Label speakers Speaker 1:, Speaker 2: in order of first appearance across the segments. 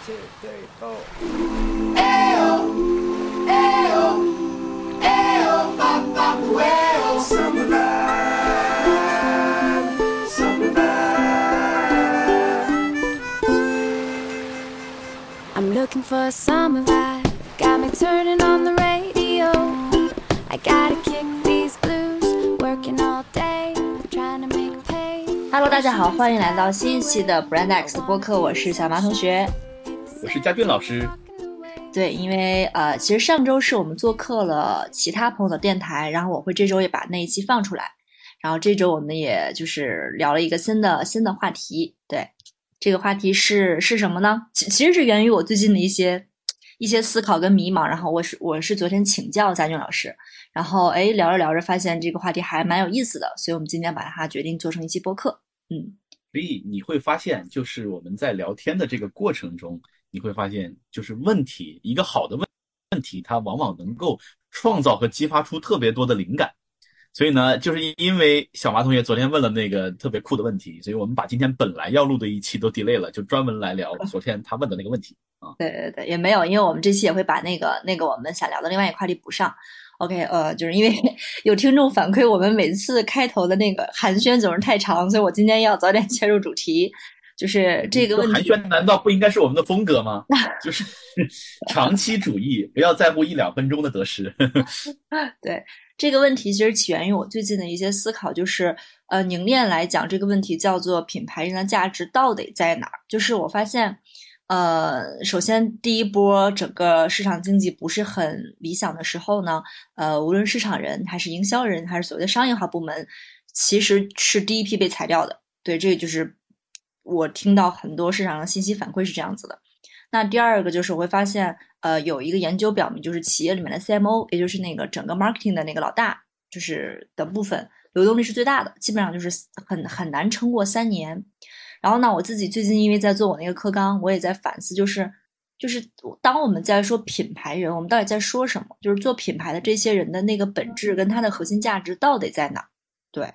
Speaker 1: two, three, four. Ayo, ayo, ayo, pop, pop, well, summer vibe, summer vibe. I'm looking for a summer vibe, got me turning on the radio. I gotta kick these blues, working all day, trying to make pay.Hello， 大家好，欢迎来到新一期的 Brand X 播客，我是小马同学，
Speaker 2: 我是佳俊老师。
Speaker 1: 对，因为其实上周是我们做客了其他朋友的电台，然后我会这周也把那一期放出来，然后这周我们也就是聊了一个新的话题。对，这个话题是什么呢？其实是源于我最近的一些思考跟迷茫，然后我是昨天请教佳俊老师，然后聊着聊着发现这个话题还蛮有意思的，所以我们今天把它决定做成一期播客。
Speaker 2: 所以你会发现，就是我们在聊天的这个过程中，你会发现，就是问题，一个好的问题，它往往能够创造和激发出特别多的灵感。所以呢，就是因为小马同学昨天问了那个特别酷的问题，所以我们把今天本来要录的一期都 delay 了，就专门来聊昨天他问的那个问题啊。
Speaker 1: 对，也没有，因为我们这期也会把那个我们想聊的另外一个话题补上。OK， 就是因为有听众反馈我们每次开头的那个寒暄总是太长，所以我今天要早点切入主题。就是这个问题，
Speaker 2: 寒暄难道不应该是我们的风格吗？就是长期主义，不要在乎一两分钟的得失。
Speaker 1: 对，这个问题其实起源于我最近的一些思考，就是凝练来讲，这个问题叫做品牌人的价值到底在哪儿？就是我发现。首先第一波整个市场经济不是很理想的时候呢，无论市场人还是营销人还是所谓的商业化部门，其实是第一批被裁掉的。对，这就是我听到很多市场的信息反馈是这样子的。那第二个就是我会发现，有一个研究表明，就是企业里面的 CMO， 也就是那个整个 marketing 的那个老大，就是的部分流动率是最大的，基本上就是很难撑过3年。然后呢，我自己最近因为在做我那个课纲，我也在反思，就是当我们在说品牌人，我们到底在说什么？就是做品牌的这些人的那个本质跟他的核心价值到底在哪？对，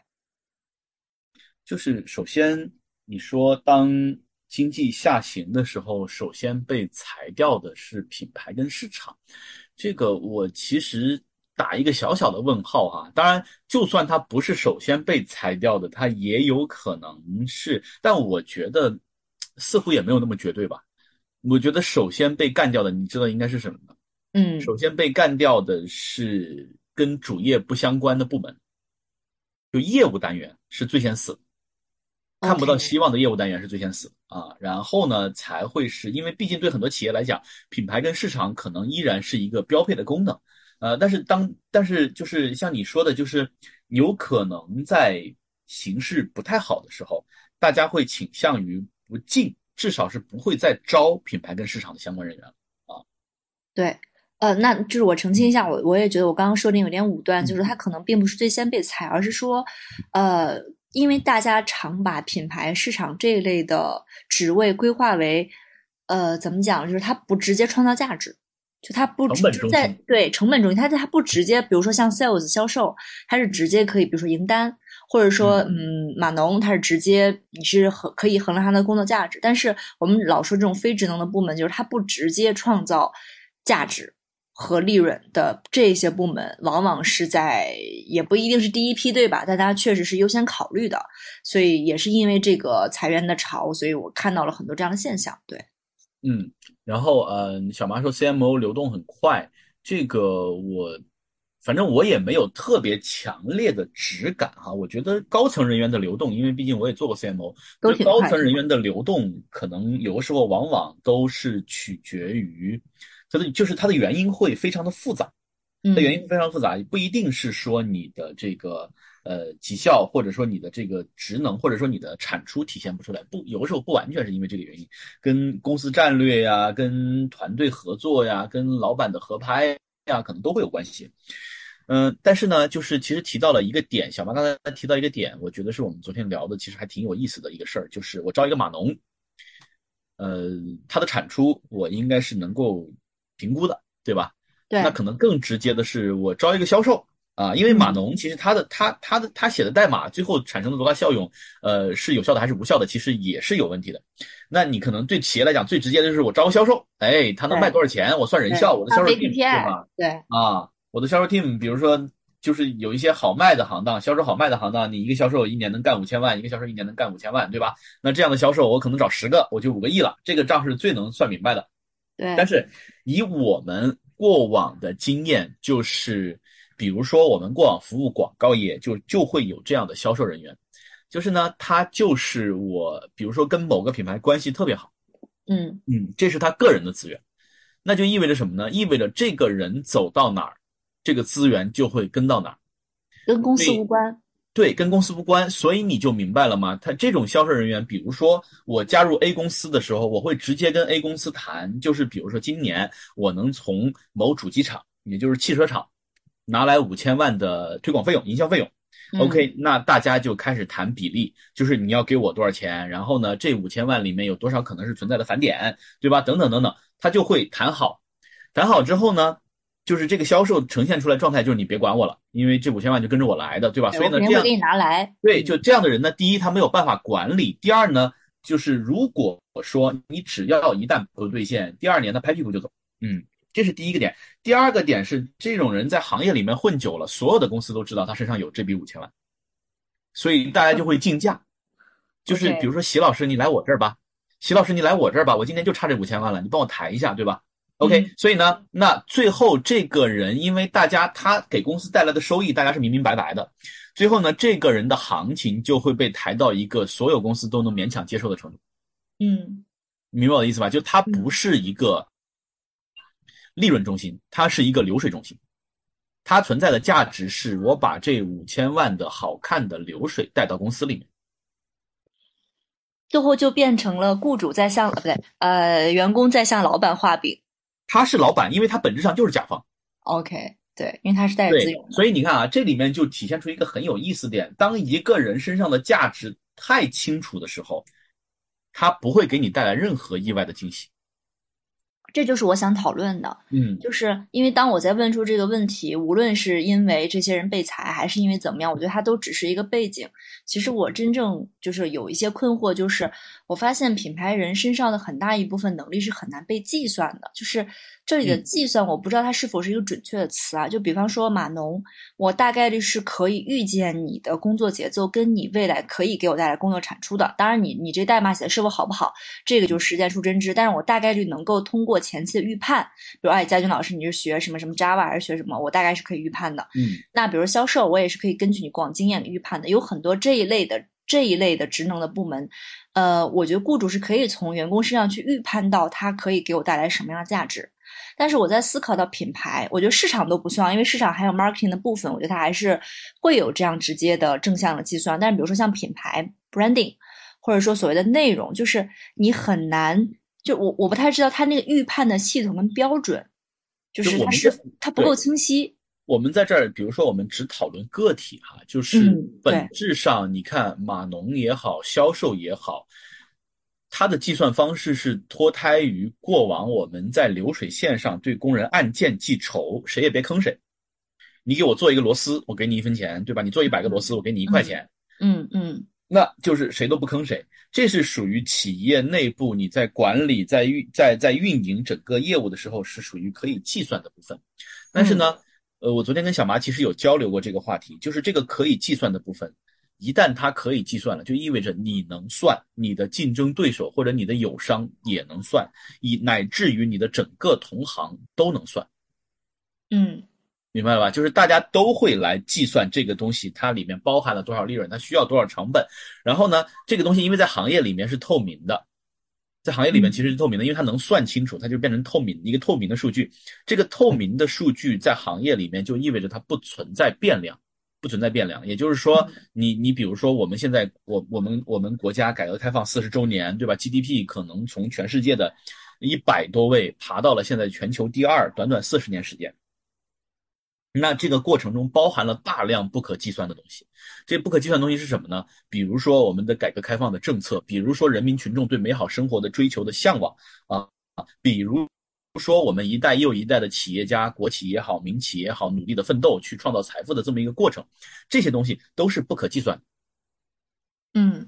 Speaker 2: 就是首先你说当经济下行的时候，首先被裁掉的是品牌跟市场，这个我其实打一个小小的问号哈。当然，就算它不是首先被裁掉的，它也有可能是，但我觉得似乎也没有那么绝对吧。我觉得首先被干掉的，你知道应该是什么吗？首先被干掉的是跟主业不相关的部门，就业务单元是最先死的。看不到希望的业务单元是最先死啊，然后呢才会是，因为毕竟对很多企业来讲，品牌跟市场可能依然是一个标配的功能，但是就是像你说的，就是有可能在形势不太好的时候，大家会倾向于不进，至少是不会再招品牌跟市场的相关人员啊。
Speaker 1: 对，那就是我澄清一下，我也觉得我刚刚说的有点武断，就是它可能并不是最先被裁，而是说，因为大家常把品牌市场这一类的职位规划为，怎么讲，就是它不直接创造价值，就它不
Speaker 2: 成本中心，
Speaker 1: 对，成本中心，它不直接，比如说像 sales 销售，它是直接可以，比如说赢单，或者说码农，它是直接你是可以衡量它的工作价值，但是我们老说这种非职能的部门，就是它不直接创造价值和利润的这些部门，往往是在也不一定是第一批，对吧？但它确实是优先考虑的，所以也是因为这个裁员的潮，所以我看到了很多这样的现象。对，
Speaker 2: 然后小马说 CMO 流动很快，这个反正我也没有特别强烈的直感哈。我觉得高层人员的流动，因为毕竟我也做过 CMO，
Speaker 1: 都挺快的。
Speaker 2: 高层人员的流动可能有的时候往往都是取决于它的原因会非常的复杂，它原因非常复杂，不一定是说你的这个绩效，或者说你的这个职能，或者说你的产出体现不出来，有的时候不完全是因为这个原因，跟公司战略呀，跟团队合作呀，跟老板的合拍呀，可能都会有关系。但是呢，就是其实提到了一个点，小马刚才提到一个点，我觉得是我们昨天聊的，其实还挺有意思的一个事儿，就是我招一个码农，他的产出我应该是能够评估的，对吧？
Speaker 1: 对。
Speaker 2: 那可能更直接的是，我招一个销售， 因为码
Speaker 1: 嗯，
Speaker 2: 农其实他写的代码最后产生的多大效用，是有效的还是无效的，其实也是有问题的。那你可能对企业来讲最直接的就是我招个销售，哎，他能卖
Speaker 1: 对
Speaker 2: 多少钱，我算人
Speaker 1: 对，
Speaker 2: 效，我的销
Speaker 1: 上
Speaker 2: 售 team，对
Speaker 1: KPI，
Speaker 2: 吧？
Speaker 1: 对
Speaker 2: 我的销售 team，比如说就是有一些好卖的行当，销售好卖的行当，你一个销售一年能干5000万，一个销售一年能干5000万，对吧？那这样的销售我可能找10个，我就5个亿了，这个账是最能算明白的。但
Speaker 1: 对，
Speaker 2: 是以我们过往的经验，就是比如说我们过往服务广告业就会有这样的销售人员，就是呢，他就是我，比如说跟某个品牌关系特别好，
Speaker 1: 嗯，
Speaker 2: 这是他个人的资源，那就意味着什么呢？意味着这个人走到哪儿，这个资源就会跟到哪儿。
Speaker 1: 跟公司无
Speaker 2: 所以
Speaker 1: 关。
Speaker 2: 对，跟公司无关，所以你就明白了吗？他这种销售人员，比如说我加入 A 公司的时候，我会直接跟 A 公司谈，就是比如说今年我能从某主机厂，也就是汽车厂，拿来5000万的推广费用、营销费用。
Speaker 1: 嗯
Speaker 2: OK，那大家就开始谈比例，就是你要给我多少钱，然后呢，这5000万里面有多少可能是存在的返点，对吧？等等等等，他就会谈好。谈好之后呢，就是这个销售呈现出来状态就是你别管我了，因为这5000万就跟着我来的，对吧？
Speaker 1: 对，
Speaker 2: 所以呢，这样
Speaker 1: 我肯定会给你拿来。
Speaker 2: 对，就这样的人呢，第一他没有办法管理，第二呢，就是如果说你只要一旦不兑现，第二年他拍屁股就走，这是第一个点。第二个点是这种人在行业里面混久了，所有的公司都知道他身上有这笔5000万，所以大家就会竞价，就是比如
Speaker 1: OK，
Speaker 2: 说席老师你来我这儿吧，席老师你来我这儿吧，我今天就差这5000万了，你帮我抬一下，对吧？OK，
Speaker 1: 嗯
Speaker 2: 所以呢，那最后这个人，因为大家他给公司带来的收益，大家是明明白白的，最后呢，这个人的行情就会被抬到一个所有公司都能勉强接受的程度，
Speaker 1: 嗯
Speaker 2: 明白我的意思吧？就它不
Speaker 1: 嗯，
Speaker 2: 是一个利润中心，它是一个流水中心，它存在的价值是我把这5000万的好看的流水带到公司里面。
Speaker 1: 最后就变成了雇主在向，不对，员工在向老板画饼。
Speaker 2: 他是老板，因为他本质上就是甲方。
Speaker 1: OK，对，因为他是带着资
Speaker 2: 对，
Speaker 1: 源的。
Speaker 2: 所以你看啊，这里面就体现出一个很有意思点：当一个人身上的价值太清楚的时候，他不会给你带来任何意外的惊喜。
Speaker 1: 这就是我想讨论的，
Speaker 2: 嗯
Speaker 1: 就是因为当我在问出这个问题，无论是因为这些人被裁，还是因为怎么样，我觉得它都只是一个背景。其实我真正就是有一些困惑，就是我发现品牌人身上的很大一部分能力是很难被计算的。就是这里的
Speaker 2: 嗯
Speaker 1: 计算，我不知道它是否是一个准确的词啊。就比方说码农，我大概率是可以预见你的工作节奏跟你未来可以给我带来工作产出的。当然你这代码写的是否好不好，这个就实践出真知。但是我大概率能够通过前期的预判，比如佳军老师你是学什么什么 Java 还是学什么，我大概是可以预判的。
Speaker 2: 嗯
Speaker 1: 那比如销售，我也是可以根据你过往经验预判的。有很多这一类的职能的部门，我觉得雇主是可以从员工身上去预判到他可以给我带来什么样的价值。但是我在思考到品牌，我觉得市场都不算，因为市场还有 marketing 的部分，我觉得它还是会有这样直接的正向的计算。但是比如说像品牌 branding，或者说所谓的内容，就是你很难，就我不太知道它那个预判的系统跟标准，就是它
Speaker 2: 就我们这对
Speaker 1: 它不够清晰。
Speaker 2: 我们在这儿，比如说我们只讨论个体哈，就是
Speaker 1: 嗯，
Speaker 2: 本
Speaker 1: 对，
Speaker 2: 质上，你看码农也好，销售也好，它的计算方式是脱胎于过往我们在流水线上对工人按件计酬，谁也别坑谁。你给我做一个螺丝，我给你1分钱，对吧？你做100个螺丝，我给你1块钱，
Speaker 1: 嗯嗯
Speaker 2: 那就是谁都不坑谁。这是属于企业内部你在管理、在运营整个业务的时候是属于可以计算的部分。但是
Speaker 1: 嗯
Speaker 2: 呢，我昨天跟小麻其实有交流过这个话题，就是这个可以计算的部分，一旦它可以计算了，就意味着你能算，你的竞争对手或者你的友商也能算，乃至于你的整个同行都能算。
Speaker 1: 嗯
Speaker 2: 明白了吧？就是大家都会来计算这个东西，它里面包含了多少利润，它需要多少成本。然后呢，这个东西因为在行业里面是透明的，在行业里面
Speaker 1: 嗯
Speaker 2: 其实是透明的，因为它能算清楚，它就变成一个透明的数据。这个透明的数据在行业里面就意味着它不存在变量，不存在变量。也就是说，你比如说我们现在我们国家改革开放40周年，对吧？GDP 可能从全世界的100多位爬到了现在全球第二，短短40年时间。那这个过程中包含了大量不可计算的东西，这不可计算的东西是什么呢？比如说我们的改革开放的政策，比如说人民群众对美好生活的追求的向往啊，比如说我们一代又一代的企业家，国企也好，民企也好，努力的奋斗去创造财富的这么一个过程，这些东西都是不可计算的。
Speaker 1: 嗯，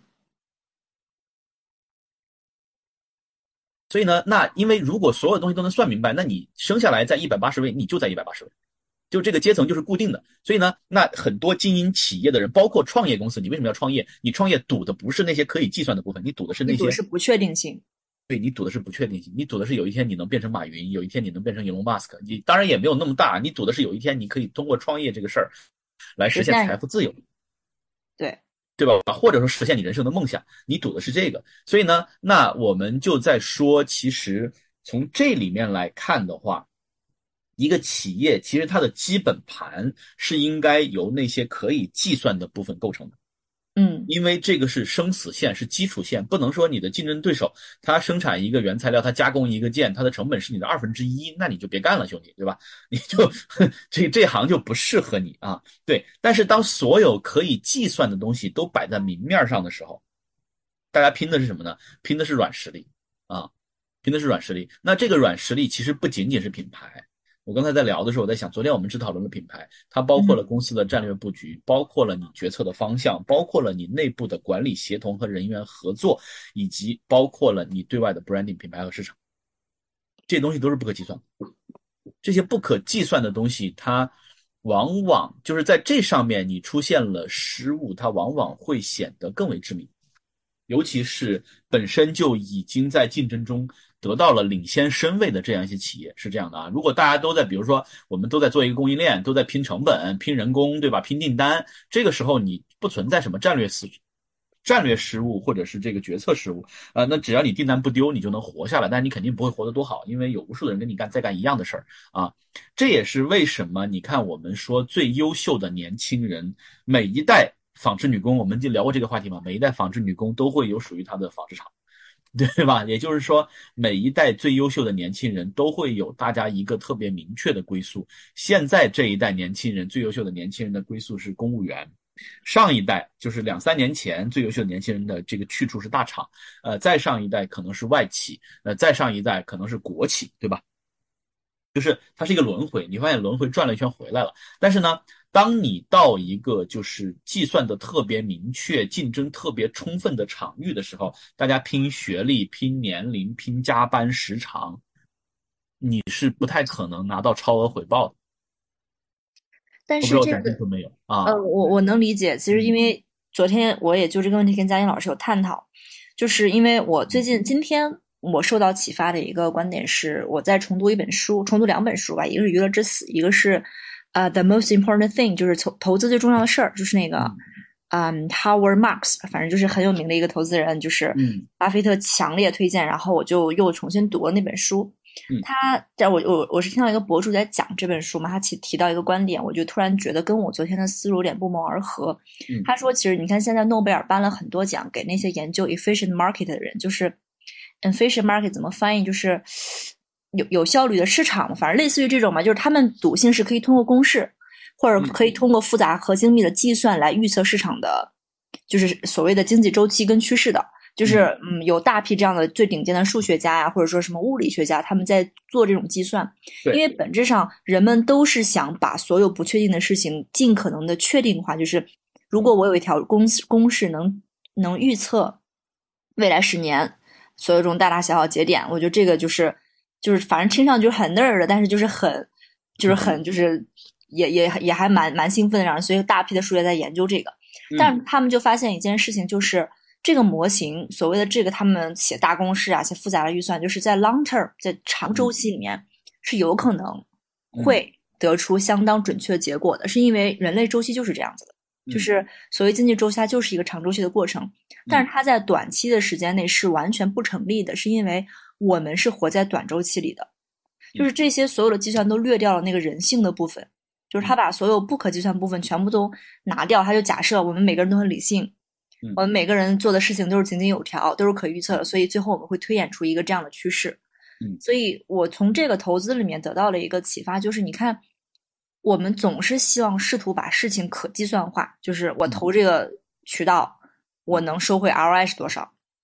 Speaker 2: 所以呢，那因为如果所有东西都能算明白，那你生下来在180位，你就在180位，就这个阶层就是固定的。所以呢，那很多经营企业的人，包括创业公司，你为什么要创业？你创业赌的不是那些可以计算的部分，你赌的是
Speaker 1: 一
Speaker 2: 那些，
Speaker 1: 组是不确定性，
Speaker 2: 对，你赌的是不确定性，你赌的是有一天你能变成马云，有一天你能变成 Elon Musk，你当然也没有那么大，你赌的是有一天你可以通过创业这个事儿来实现财
Speaker 1: 实现，
Speaker 2: 富自由。
Speaker 1: 对，
Speaker 2: 对吧？或者说实现你人生的梦想，你赌的是这个。所以呢，那我们就在说，其实从这里面来看的话，一个企业其实它的基本盘是应该由那些可以计算的部分构成的。
Speaker 1: 嗯，
Speaker 2: 因为这个是生死线，是基础线，不能说你的竞争对手他生产一个原材料，他加工一个件，它的成本是你的1/2，那你就别干了，兄弟，对吧？你就这行就不适合你啊。对，但是当所有可以计算的东西都摆在明面上的时候，大家拼的是什么呢？拼的是软实力啊，拼的是软实力。那这个软实力其实不仅仅是品牌。我刚才在聊的时候，我在想，昨天我们只讨论了品牌，它包括了
Speaker 1: 嗯，
Speaker 2: 公司的战略布局，包括了你决策的方向，包括了你内部的管理协同和人员合作，以及包括了你对外的 branding 品牌和市场，这些东西都是不可计算的。这些不可计算的东西，它往往就是在这上面你出现了失误，它往往会显得更为致命。尤其是本身就已经在竞争中得到了领先身位的这样一些企业，是这样的啊。如果大家都在，比如说我们都在做一个供应链，都在拼成本、拼人工，对吧？拼订单，这个时候你不存在什么战略失误或者是这个决策失误那只要你订单不丢，你就能活下来，但是你肯定不会活得多好，因为有无数的人跟你在干一样的事儿啊。这也是为什么你看我们说最优秀的年轻人，每一代纺织女工，我们就聊过这个话题嘛，每一代纺织女工都会有属于她的纺织厂。对吧？也就是说，每一代最优秀的年轻人都会有大家一个特别明确的归宿。现在这一代年轻人最优秀的年轻人的归宿是公务员，上一代就是2、3年前最优秀的年轻人的这个去处是大厂，再上一代可能是外企，再上一代可能是国企，对吧？就是它是一个轮回，你发现轮回转了一圈回来了。但是呢，当你到一个就是计算的特别明确、竞争特别充分的场域的时候，大家拼学历、拼年龄、拼加班时长，你是不太可能拿到超额回报的。
Speaker 1: 但
Speaker 2: 我不知道我
Speaker 1: 是这个，
Speaker 2: 讲清楚没有啊？
Speaker 1: 我能理解。其实因
Speaker 2: 嗯
Speaker 1: 为昨天我也就这个问题跟嘉欣老师有探讨，就是因为我最近今天我受到启发的一个观点是，我在重读一本书，重读2本书吧，一个是《娱乐至死》，一个是The Most Important Thing，就是投资最重要的事儿，就是那个
Speaker 2: 嗯
Speaker 1: Howard Marks，反正就是很有名的一个投资人，就是
Speaker 2: 嗯
Speaker 1: 巴菲特强烈推荐，然后我就又重新读了那本书。
Speaker 2: 嗯
Speaker 1: 我是听到一个博主在讲这本书嘛，他提到一个观点，我就突然觉得跟我昨天的思路有点不谋而合。
Speaker 2: 嗯
Speaker 1: 他说，其实你看现在诺贝尔颁了很多奖给那些研究 efficient market 的人，就是 efficient market 怎么翻译，就是有效率的市场嘛，反正类似于这种嘛，就是他们笃信是可以通过公式或者可以通过复杂和精密的计算来预测市场的，就是所谓的经济周期跟趋势的。就是有大批这样的最顶尖的数学家呀，或者说什么物理学家，他们在做这种计算。因
Speaker 2: 对
Speaker 1: 为本质上人们都是想把所有不确定的事情尽可能的确定化。就是如果我有一条公式能预测未来10年所有这种大大小小节点，我觉得这个就是反正听上去很 nerd 的，但是就是也还蛮兴奋的，让人所以大批的数学在研究这个。但是他们就发现一件事情，就是这个模型所谓的这个他们写大公式啊，写复杂的预算，就是在 long term 在长周期里面是有可能会得出相当准确的结果的，是因为人类周期就是这样子的，就是所谓经济周期它就是一个长周期的过程，但是它在短期的时间内是完全不成立的，是因为我们是活在短周期里的，就是这些所有的计算都略掉了那个人性的部分。就是他把所有不可计算部分全部都拿掉，他就假设我们每个人都很理性，我们每个人做的事情都是井井有条，都是可预测的，所以最后我们会推演出一个这样的趋势。所以我从这个投资里面得到了一个启发，就是你看，我们总是希望试图把事情可计算化，就是我投这个渠道，我能收回 ROI 是多少？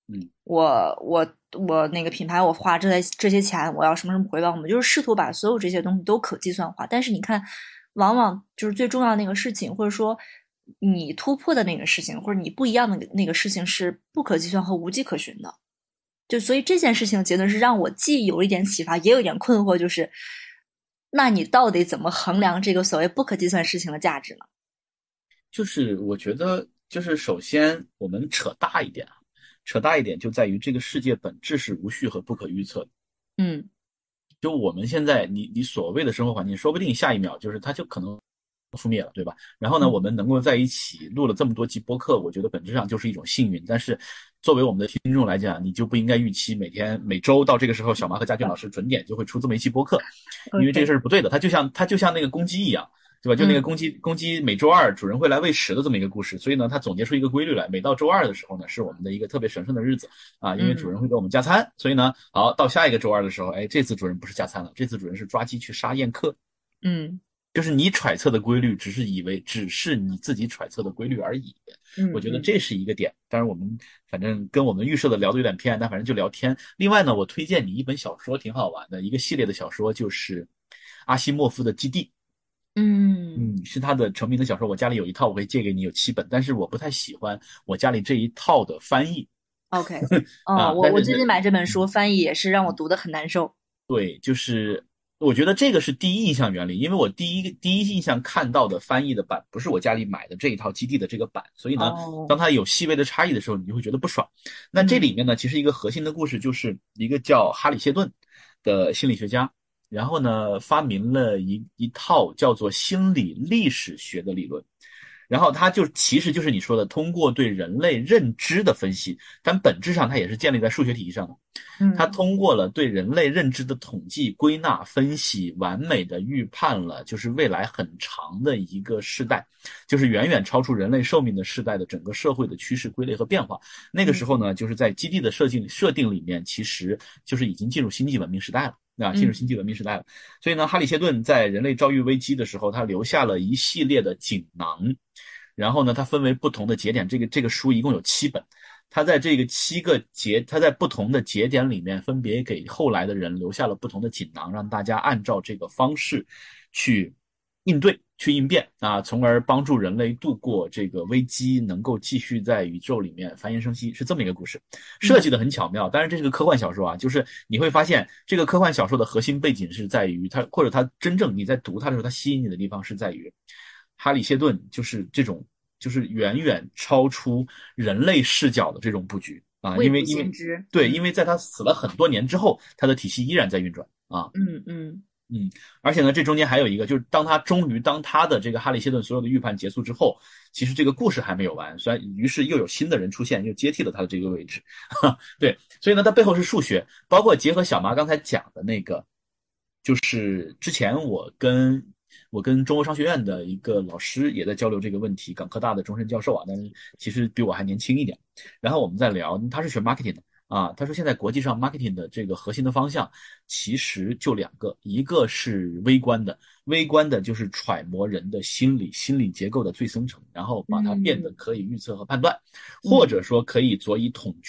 Speaker 2: 嗯，
Speaker 1: 我那个品牌我花这些钱，我要什么什么回报，我们就是试图把所有这些东西都可计算化。但是你看，往往就是最重要的那个事情，或者说你突破的那个事情，或者你不一样的那个事情是不可计算和无迹可寻的。就所以这件事情的结论是让我既有一点启发，也有一点困惑，就是那你到底怎么衡量这个所谓不可计算事情的价值呢？
Speaker 2: 就是我觉得，就是首先我们扯大一点啊，扯大一点就在于这个世界本质是无序和不可预测的。
Speaker 1: 嗯
Speaker 2: 就我们现在你所谓的生活环境，说不定下一秒就是它就可能覆灭了，对吧？然后呢，
Speaker 1: 嗯
Speaker 2: 我们能够在一起录了这么多集播客，我觉得本质上就是一种幸运。但是作为我们的听众来讲，你就不应该预期每周到这个时候，小马和家俊老师准点就会出这么一期播客，因为这个
Speaker 1: ，OK，
Speaker 2: 事儿是不对的。它就像那个公鸡一样。对吧？就那个
Speaker 1: 嗯
Speaker 2: 公鸡每周二主人会来喂食的这么一个故事，所以呢，它总结出一个规律来。每到周二的时候呢，是我们的一个特别神圣的日子啊，因为主
Speaker 1: 嗯
Speaker 2: 人会给我们加餐，所以呢，好到下一个周二的时候，哎，这次主人不是加餐了，这次主人是抓鸡去杀宴客。
Speaker 1: 嗯
Speaker 2: 就是你揣测的规律，只是你自己揣测的规律而已。我
Speaker 1: 嗯嗯
Speaker 2: 觉得这是一个点。当然，我们反正跟我们预设的聊的有点偏，但反正就聊天。另外呢，我推荐你一本小说，挺好玩的，一个系列的小说，就是阿西莫夫的《基地》。
Speaker 1: 嗯
Speaker 2: 是他的成名的小说，我家里有一套，我可以借给你，有7本，但是我不太喜欢我家里这一套的翻译
Speaker 1: ，OK，
Speaker 2: 啊。
Speaker 1: 我
Speaker 2: 但是呢，
Speaker 1: 最近买这本书翻译也是让我读的很难受。
Speaker 2: 对，就是我觉得这个是第一印象原理，因为我第一印象看到的翻译的版不是我家里买的这一套基地的这个版，所以呢，
Speaker 1: 哦，
Speaker 2: 当它有细微的差异的时候，你就会觉得不爽。那这里
Speaker 1: 嗯
Speaker 2: 面呢，其实一个核心的故事就是一个叫哈里谢顿的心理学家，然后呢，发明了一套叫做心理历史学的理论。然后它就其实就是你说的，通过对人类认知的分析，但本质上它也是建立在数学体系上的。它
Speaker 1: 嗯
Speaker 2: 通过了对人类认知的统计、归纳、分析，完美的预判了就是未来很长的一个世代，就是远远超出人类寿命的世代的整个社会的趋势、归类和变化。那个时候
Speaker 1: 嗯
Speaker 2: 呢，就是在基地的设定里面，其实就是已经进入星际文明时代了。啊，进入星
Speaker 1: 嗯
Speaker 2: 际文明时代了。所以呢，哈里谢顿在人类遭遇危机的时候，他留下了一系列的锦囊，然后呢，它分为不同的节点。这个书一共有7本，它在这个它在不同的节点里面，分别给后来的人留下了不同的锦囊，让大家按照这个方式去应对、去应变啊，从而帮助人类度过这个危机，能够继续在宇宙里面繁衍生息，是这么一个故事，设计
Speaker 1: 嗯
Speaker 2: 的很巧妙。当然，这是个科幻小说啊，就是你会发现，这个科幻小说的核心背景是在于它，或者它真正你在读它的时候，它吸引你的地方是在于哈里谢顿就是这种。就是远远超出人类视角的这种布局啊，
Speaker 1: 未卜
Speaker 2: 因为因为
Speaker 1: 先知。
Speaker 2: 对，因
Speaker 1: 嗯
Speaker 2: 为在他死了很多年之后，他的体系依然在运转啊。
Speaker 1: 嗯嗯
Speaker 2: 而且呢，这中间还有一个，就是当他的这个哈里谢顿所有的预判结束之后，其实这个故事还没有完，虽然于是又有新的人出现，又接替了他的这个位置。对，所以呢，它背后是数学，包括结合小麻刚才讲的那个，就是之前我跟中国商学院的一个老师也在交流这个问题，港科大的终身教授啊，但是其实比我还年轻一点。然后我们在聊，他是学 marketing 的。啊，他说现在国际上 marketing 的这个核心的方向其实就2个，一个是微观的就是揣摩人的心理结构的最深层，然后把它变得
Speaker 1: 嗯
Speaker 2: 可以预测和判断，或
Speaker 1: 嗯
Speaker 2: 者说可以佐以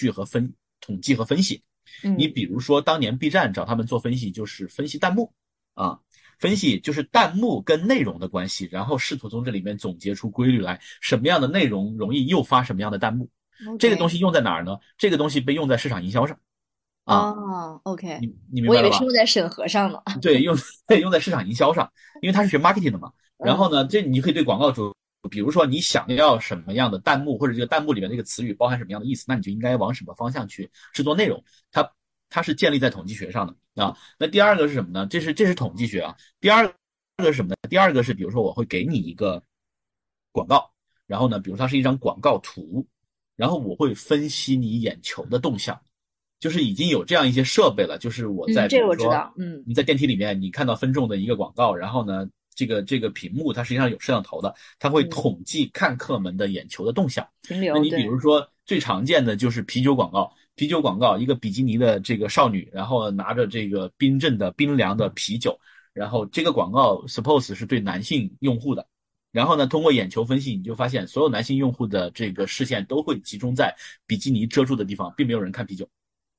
Speaker 2: 统计和分析。你
Speaker 1: 嗯
Speaker 2: 比如说当年 B 站找他们做分析，就是分析弹幕啊，分析就是弹幕跟内容的关系，然后试图从这里面总结出规律来，什么样的内容容易诱发什么样的弹幕。这个东
Speaker 1: ，OK，
Speaker 2: 西用在哪儿呢？这个东西被用在市场营销上啊，
Speaker 1: 哦，OK，
Speaker 2: 你明
Speaker 1: 我以为是
Speaker 2: 白了吧？
Speaker 1: 用在审核上呢。
Speaker 2: 对，用在市场营销上，因为他是学 marketing 的嘛。然后
Speaker 1: 嗯
Speaker 2: 呢，这你可以对广告主，比如说你想要什么样的弹幕，或者这个弹幕里面这个词语包含什么样的意思，那你就应该往什么方向去制作内容。它是建立在统计学上的啊。那第二个是什么呢？这是统计学啊。第二个是什么呢？第二个是比如说我会给你一个广告，然后呢，比如它是一张广告图，然后我会分析你眼球的动向。就是已经有这样一些设备了，就是我
Speaker 1: 嗯，
Speaker 2: 在
Speaker 1: 这
Speaker 2: 比如说
Speaker 1: 个我知道。嗯
Speaker 2: 你在电梯里面，你看到分众的一个广告，然后呢，这个屏幕它实际上有摄像头的，它会
Speaker 1: 嗯，
Speaker 2: 统计看客们的眼球的动向。
Speaker 1: 停留，
Speaker 2: 那你比
Speaker 1: 对。
Speaker 2: 如说最常见的就是啤酒广告，啤酒广告一个比基尼的这个少女，然后拿着这个冰镇的冰凉的啤酒，然后这个广告 suppose 是对男性用户的然后呢，通过眼球分析，你就发现所有男性用户的这个视线都会集中在比基尼遮住的地方，并没有人看啤酒，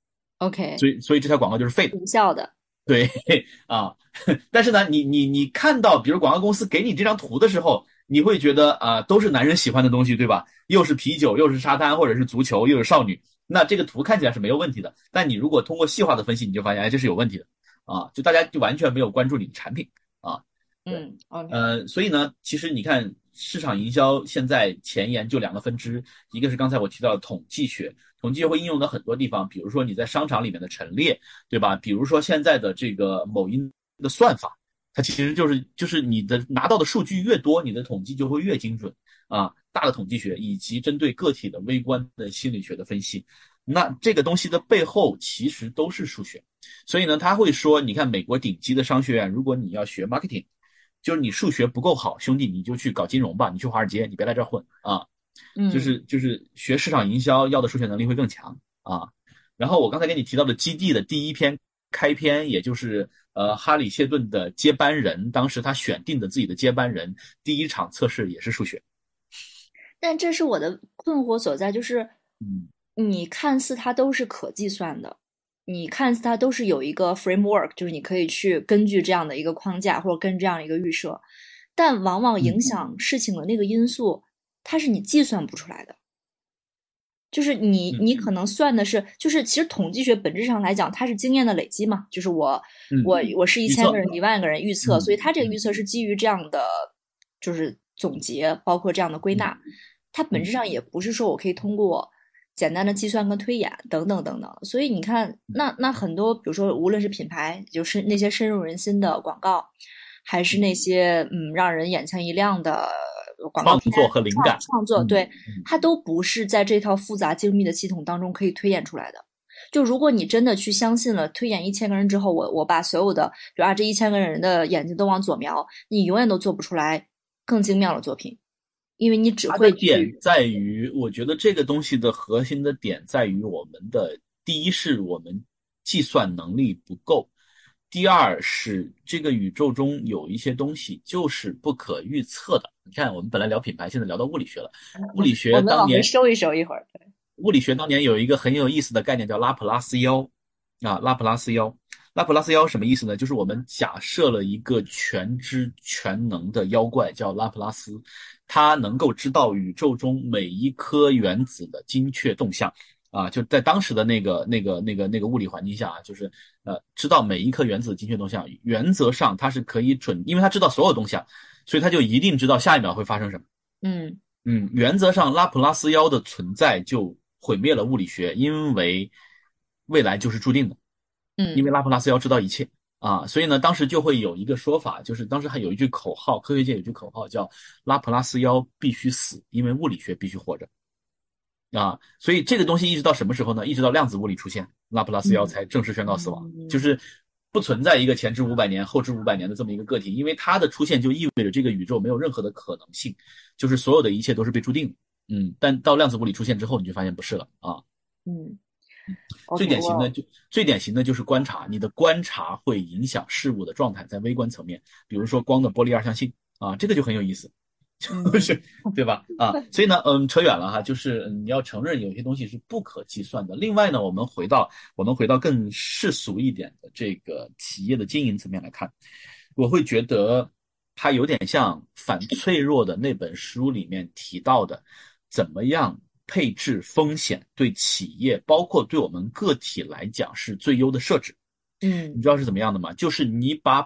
Speaker 1: ，OK，
Speaker 2: 所以这条广告就是废的。
Speaker 1: 无效的。
Speaker 2: 对啊，但是呢，你看到，比如广告公司给你这张图的时候，你会觉得都是男人喜欢的东西，对吧？又是啤酒，又是沙滩，或者是足球，又是少女，那这个图看起来是没有问题的。但你如果通过细化的分析，你就发现，哎，这是有问题的啊！就大家就完全没有关注你的产品啊。对，
Speaker 1: 嗯，OK，
Speaker 2: 所以呢，其实你看市场营销现在前沿就两个分支，一个是刚才我提到的统计学，统计学会应用到很多地方，比如说你在商场里面的陈列，对吧？比如说现在的这个某音的算法，它其实就是你的拿到的数据越多，你的统计就会越精准啊。大的统计学以及针对个体的微观的心理学的分析，那这个东西的背后其实都是数学。所以呢，他会说，你看美国顶级的商学院，如果你要学 marketing，就是你数学不够好，兄弟，你就去搞金融吧，你去华尔街，你别来这儿混啊。就是学市场营销要的数学能力会更强啊。然后我刚才给你提到的基地的第一篇开篇，也就是哈里谢顿的接班人，当时他选定的自己的接班人，第一场测试也是数学。
Speaker 1: 但这是我的困惑所在，就是
Speaker 2: 嗯
Speaker 1: 你看似它都是可计算的，你看似它都是有一个 framework，就是你可以去根据这样的一个框架或者跟这样的一个预设，但往往影
Speaker 2: 嗯
Speaker 1: 响事情的那个因素，它是你计算不出来的。就是你
Speaker 2: 嗯
Speaker 1: 可能算的是，就是其实统计学本质上来讲，它是经验的累积嘛，就是我
Speaker 2: 嗯，
Speaker 1: 我我是一
Speaker 2: 预测，
Speaker 1: 千个人、1万个人预测，所以它这个预测是基于这样的，就是总结，包括这样的归纳，它本质上也不是说我可以通过简单的计算跟推演等等等等，所以你看，那很多，比如说无论是品牌，就是那些深入人心的广告，还是那些让人眼前一亮的广告片
Speaker 2: 创作和灵感。
Speaker 1: 创作，
Speaker 2: 嗯
Speaker 1: 对，它都不是在这套复杂精密的系统当中可以推演出来的。就如果你真的去相信了推演1000个人之后，我把所有的，比如这1000个人的眼睛都往左瞄，你永远都做不出来更精妙的作品，因为你只
Speaker 2: 它的
Speaker 1: 会去，
Speaker 2: 点在于，我觉得这个东西的核心的点在于我们的第一是我们计算能力不够，第二是这个宇宙中有一些东西就是不可预测的。你看，我们本来聊品牌，现在聊到物理学了。物理
Speaker 1: 我们往回
Speaker 2: 学当年
Speaker 1: 收一收一会儿。
Speaker 2: 物理学当年有一个很有意思的概念叫拉普拉斯妖啊，拉普拉斯妖。拉普拉斯妖什么意思呢？就是我们假设了一个全知全能的妖怪叫拉普拉斯，他能够知道宇宙中每一颗原子的精确动向啊，就在当时的那个物理环境下啊，就是知道每一颗原子的精确动向。原则上它是可以准，因为他知道所有动向，所以他就一定知道下一秒会发生什么。
Speaker 1: 嗯
Speaker 2: 原则上拉普拉斯妖的存在就毁灭了物理学，因为未来就是注定的，因为
Speaker 1: 嗯
Speaker 2: 拉普拉斯妖知道一切啊，所以呢，当时就会有一个说法，就是当时还有一句口号，科学界有一句口号叫拉普拉斯妖必须死，因为物理学必须活着啊，所以这个东西一直到什么时候呢？一直到量子物理出现，拉普拉斯妖才正式宣告死亡，就
Speaker 1: 嗯
Speaker 2: 是不存在一个前知500年后知500年的这么一个个体，因为它的出现就意味着这个宇宙没有任何的可能性，就是所有的一切都是被注定的。但到量子物理出现之后，你就发现不是了啊。
Speaker 1: 嗯
Speaker 2: 最
Speaker 1: ，OK，我
Speaker 2: 典型的就最典型的就是观察，你的观察会影响事物的状态，在微观层面，比如说光的波粒二象性啊，这个就很有意思，就
Speaker 1: 嗯
Speaker 2: 是对吧？啊，所以呢，扯远了哈，就是你要承认有些东西是不可计算的。另外呢，我们回到更世俗一点的这个企业的经营层面来看，我会觉得它有点像《反脆弱》的那本书里面提到的，怎么样配置风险对企业，包括对我们个体来讲是最优的设置。你
Speaker 1: 嗯，
Speaker 2: 知道是怎么样的吗？就是你把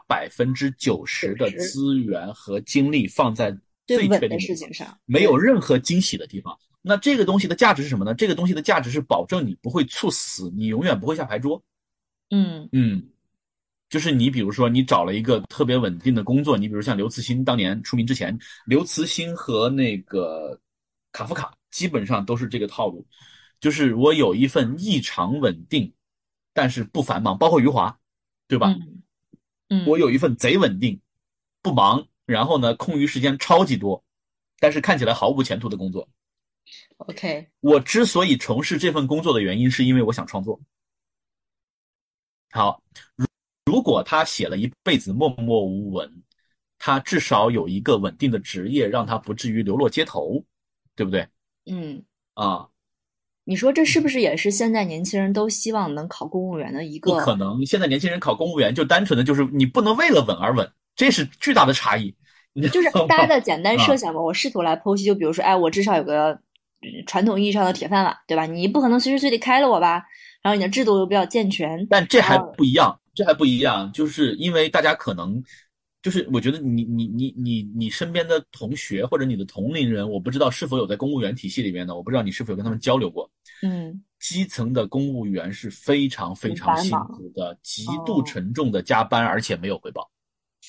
Speaker 2: 90%的
Speaker 1: 90
Speaker 2: 资源和精力放在最
Speaker 1: 最稳的
Speaker 2: 确定的地方，
Speaker 1: 事情上，
Speaker 2: 没有
Speaker 1: 对，
Speaker 2: 任何惊喜的地方。那这个东西的价值是什么呢？这个东西的价值是保证你不会猝死，你永远不会下牌桌。
Speaker 1: 嗯
Speaker 2: 嗯，就是你比如说你找了一个特别稳定的工作，你比如像刘慈欣当年出名之前，刘慈欣和那个卡夫卡基本上都是这个套路，就是我有一份异常稳定，但是不繁忙，包括余华，对吧？
Speaker 1: 嗯嗯
Speaker 2: 我有一份贼稳定，不忙，然后呢空余时间超级多，但是看起来毫无前途的工作。
Speaker 1: ，OK，
Speaker 2: 我之所以从事这份工作的原因，是因为我想创作。好，如果他写了一辈子默默无闻， 他至少有一个稳定的职业，让他不至于流落街头，对不对？
Speaker 1: 嗯，
Speaker 2: 啊，
Speaker 1: 你说这是不是也是现在年轻人都希望能考公务员的一个？
Speaker 2: 不可能，现在年轻人考公务员就单纯的就是你不能为了稳而稳，这是巨大的差异，你知
Speaker 1: 就是
Speaker 2: 道吗？
Speaker 1: 大家的简单设
Speaker 2: 啊，
Speaker 1: 想吧，我试图来剖析，就比如说，哎，我至少有个传统意义上的铁饭碗，对吧？你不可能随时随地开了我吧？然后你的制度又比较健全，
Speaker 2: 但这还
Speaker 1: 然后
Speaker 2: 不一样，这还不一样，就是因为大家可能，就是我觉得你身边的同学或者你的同龄人，我不知道是否有在公务员体系里面的，我不知道你是否有跟他们交流过。
Speaker 1: 嗯，
Speaker 2: 基层的公务员是非常非
Speaker 1: 很
Speaker 2: 常辛
Speaker 1: 繁忙。
Speaker 2: 苦的，极度
Speaker 1: 哦
Speaker 2: 沉重的加班，而且没有回报。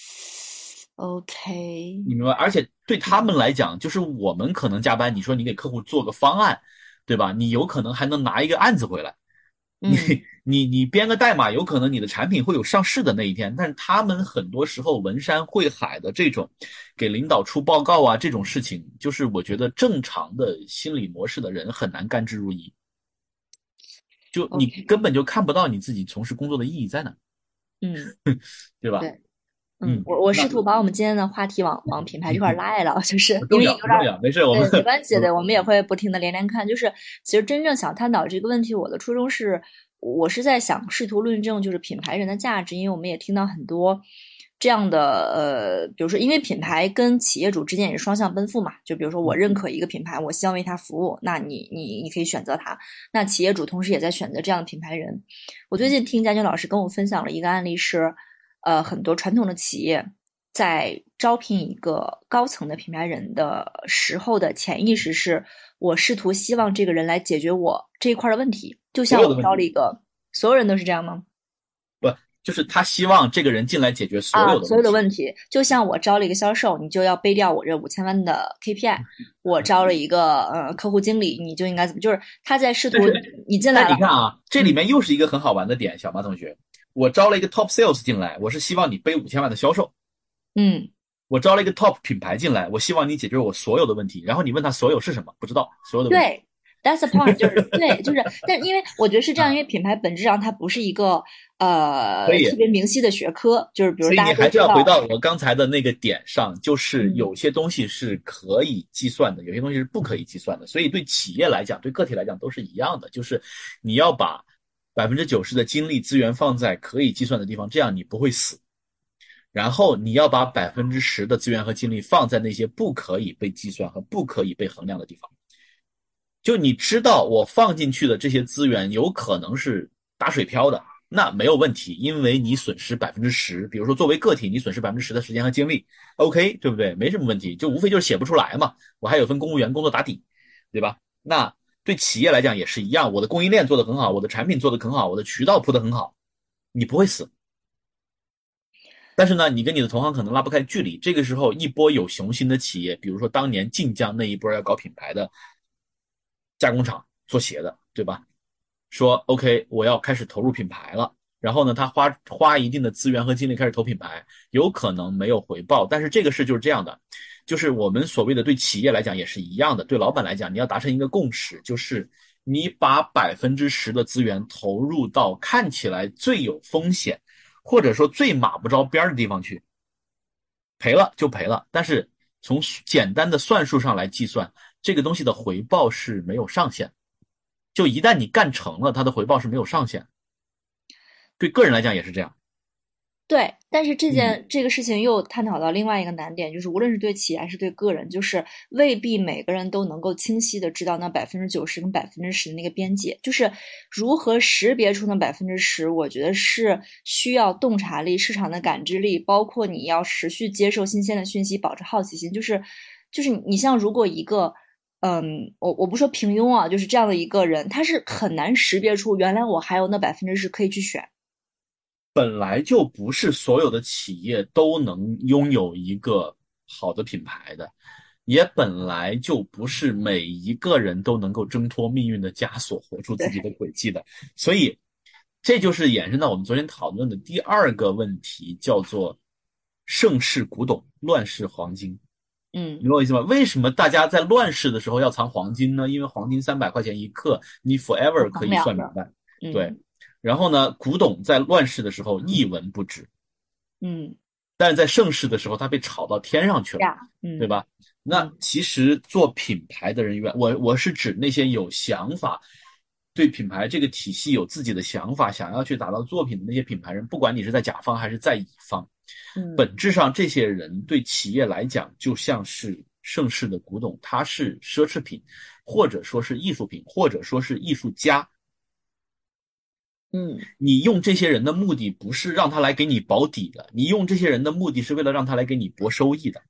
Speaker 1: ，OK，
Speaker 2: 你明白？而且对他们来讲，就是我们可能加班，你说你给客户做个方案，对吧？你有可能还能拿一个案子回来。你
Speaker 1: 嗯
Speaker 2: 你编个代码，有可能你的产品会有上市的那一天，但是他们很多时候文山会海的这种给领导出报告啊这种事情，就是我觉得正常的心理模式的人很难甘之如饴，就你根
Speaker 1: ，OK，
Speaker 2: 本就看不到你自己从事工作的意义在哪，
Speaker 1: 嗯，
Speaker 2: 对吧？
Speaker 1: 对。嗯，
Speaker 2: 嗯，
Speaker 1: 我试
Speaker 2: 那
Speaker 1: 图把我们今天的话题往品牌这块拉一拉，就是
Speaker 2: 不重
Speaker 1: 因为有点儿，
Speaker 2: 要不重要，没事，我们
Speaker 1: 对，没关系的，我们也
Speaker 2: 嗯
Speaker 1: 会不停的连连看。就是其实真正想探讨这个问题，我的初衷是，我是在想试图论证就是品牌人的价值，因为我们也听到很多这样的比如说因为品牌跟企业主之间也是双向奔赴嘛，就比如说我认可一个品牌，我希望为它服务，那你可以选择它，那企业主同时也在选择这样的品牌人。我最近听佳俊老师跟我分享了一个案例是，很多传统的企业在招聘一个高层的品牌人的时候的潜意识是，我试图希望这个人来解决我这一块的问题，就像我
Speaker 2: 所有的问题
Speaker 1: 招了一个，所有人都是这样吗？
Speaker 2: 不就是他希望这个人进来解决所
Speaker 1: 啊，所有
Speaker 2: 有的问题。
Speaker 1: 的问题，就像我招了一个销售，你就要背掉我这5000万的 KPI；我招了一个客户经理，你就应该怎么？就是他在试图
Speaker 2: 但是，
Speaker 1: 你进来了，
Speaker 2: 但你看啊，这里
Speaker 1: 嗯
Speaker 2: 面又是一个很好玩的点，小马同学，我招了一个 top sales 进来，我是希望你背5000万的销售；
Speaker 1: 嗯，
Speaker 2: 我招了一个 top 品牌进来，我希望你解决我所有的问题。然后你问他所有是什么，不知道所有的问题。
Speaker 1: 对，that's the point，就是对，就是，但因为我觉得是这样，因为品牌本质上它不是一个
Speaker 2: 所以，
Speaker 1: 特别明晰的学科，就是比如大家
Speaker 2: 所以你还是
Speaker 1: 都知道，
Speaker 2: 要回到我刚才的那个点上，就是
Speaker 1: 嗯
Speaker 2: 有些东西是可以计算的，有些东西是不可以计算的。所以对企业来讲，对个体来讲都是一样的，就是你要把90%的精力资源放在可以计算的地方，这样你不会死。然后你要把10%的资源和精力放在那些不可以被计算和不可以被衡量的地方。就你知道我放进去的这些资源有可能是打水漂的，那没有问题，因为你损失10%，比如说作为个体，你损失10%的时间和精力，OK，对不对？没什么问题，就无非就是写不出来嘛。我还有份公务员工作打底，对吧？那对企业来讲也是一样，我的供应链做得很好，我的产品做得很好，我的渠道铺得很好，你不会死。但是呢，你跟你的同行可能拉不开距离。这个时候，一波有雄心的企业，比如说当年晋江那一波要搞品牌的加工厂做鞋的，对吧？说 OK，我要开始投入品牌了。然后呢，他花一定的资源和精力开始投品牌，有可能没有回报。但是这个事就是这样的，就是我们所谓的对企业来讲也是一样的，对老板来讲，你要达成一个共识，就是你把10%的资源投入到看起来最有风险，或者说最马不着边的地方去，赔了就赔了。但是从简单的算术上来计算，这个东西的回报是没有上限。就一旦你干成了，它的回报是没有上限。对个人来讲也是这样。
Speaker 1: 对，但是
Speaker 2: 嗯，
Speaker 1: 这个事情又探讨到另外一个难点，就是无论是对企业还是对个人，就是未必每个人都能够清晰的知道那90%跟10%的那个边界，就是如何识别出那10%，我觉得是需要洞察力、市场的感知力，包括你要持续接受新鲜的讯息，保持好奇心，就是你像如果一个。我不说平庸啊，就是这样的一个人，他是很难识别出原来我还有那10%可以去选。
Speaker 2: 本来就不是所有的企业都能拥有一个好的品牌的，也本来就不是每一个人都能够挣脱命运的枷锁，活出自己的轨迹的。所以，这就是衍生到我们昨天讨论的第二个问题，叫做盛世古董，乱世黄金。你
Speaker 1: 嗯，
Speaker 2: 懂我意思吗？为什么大家在乱世的时候要藏黄金呢？因为黄金300块钱一克，你
Speaker 1: 不
Speaker 2: forever 可以
Speaker 1: 衡量的，
Speaker 2: 算明白。对，
Speaker 1: 嗯。
Speaker 2: 然后呢，古董在乱世的时候一文不值。
Speaker 1: 嗯，
Speaker 2: 但是在盛世的时候，它被炒到天上去了，
Speaker 1: 呀，
Speaker 2: 对吧？那
Speaker 1: 嗯
Speaker 2: 其实做品牌的人员，我是指那些有想法，对品牌这个体系有自己的想法，想要去打造作品的那些品牌人，不管你是在甲方还是在乙方，
Speaker 1: 嗯。
Speaker 2: 本质上这些人对企业来讲就像是盛世的古董，它是奢侈品，或者说是艺术品，或者说是艺术家。
Speaker 1: 嗯，
Speaker 2: 你用这些人的目的不是让他来给你保底的，你用这些人的目的是为了让他来给你博收益的。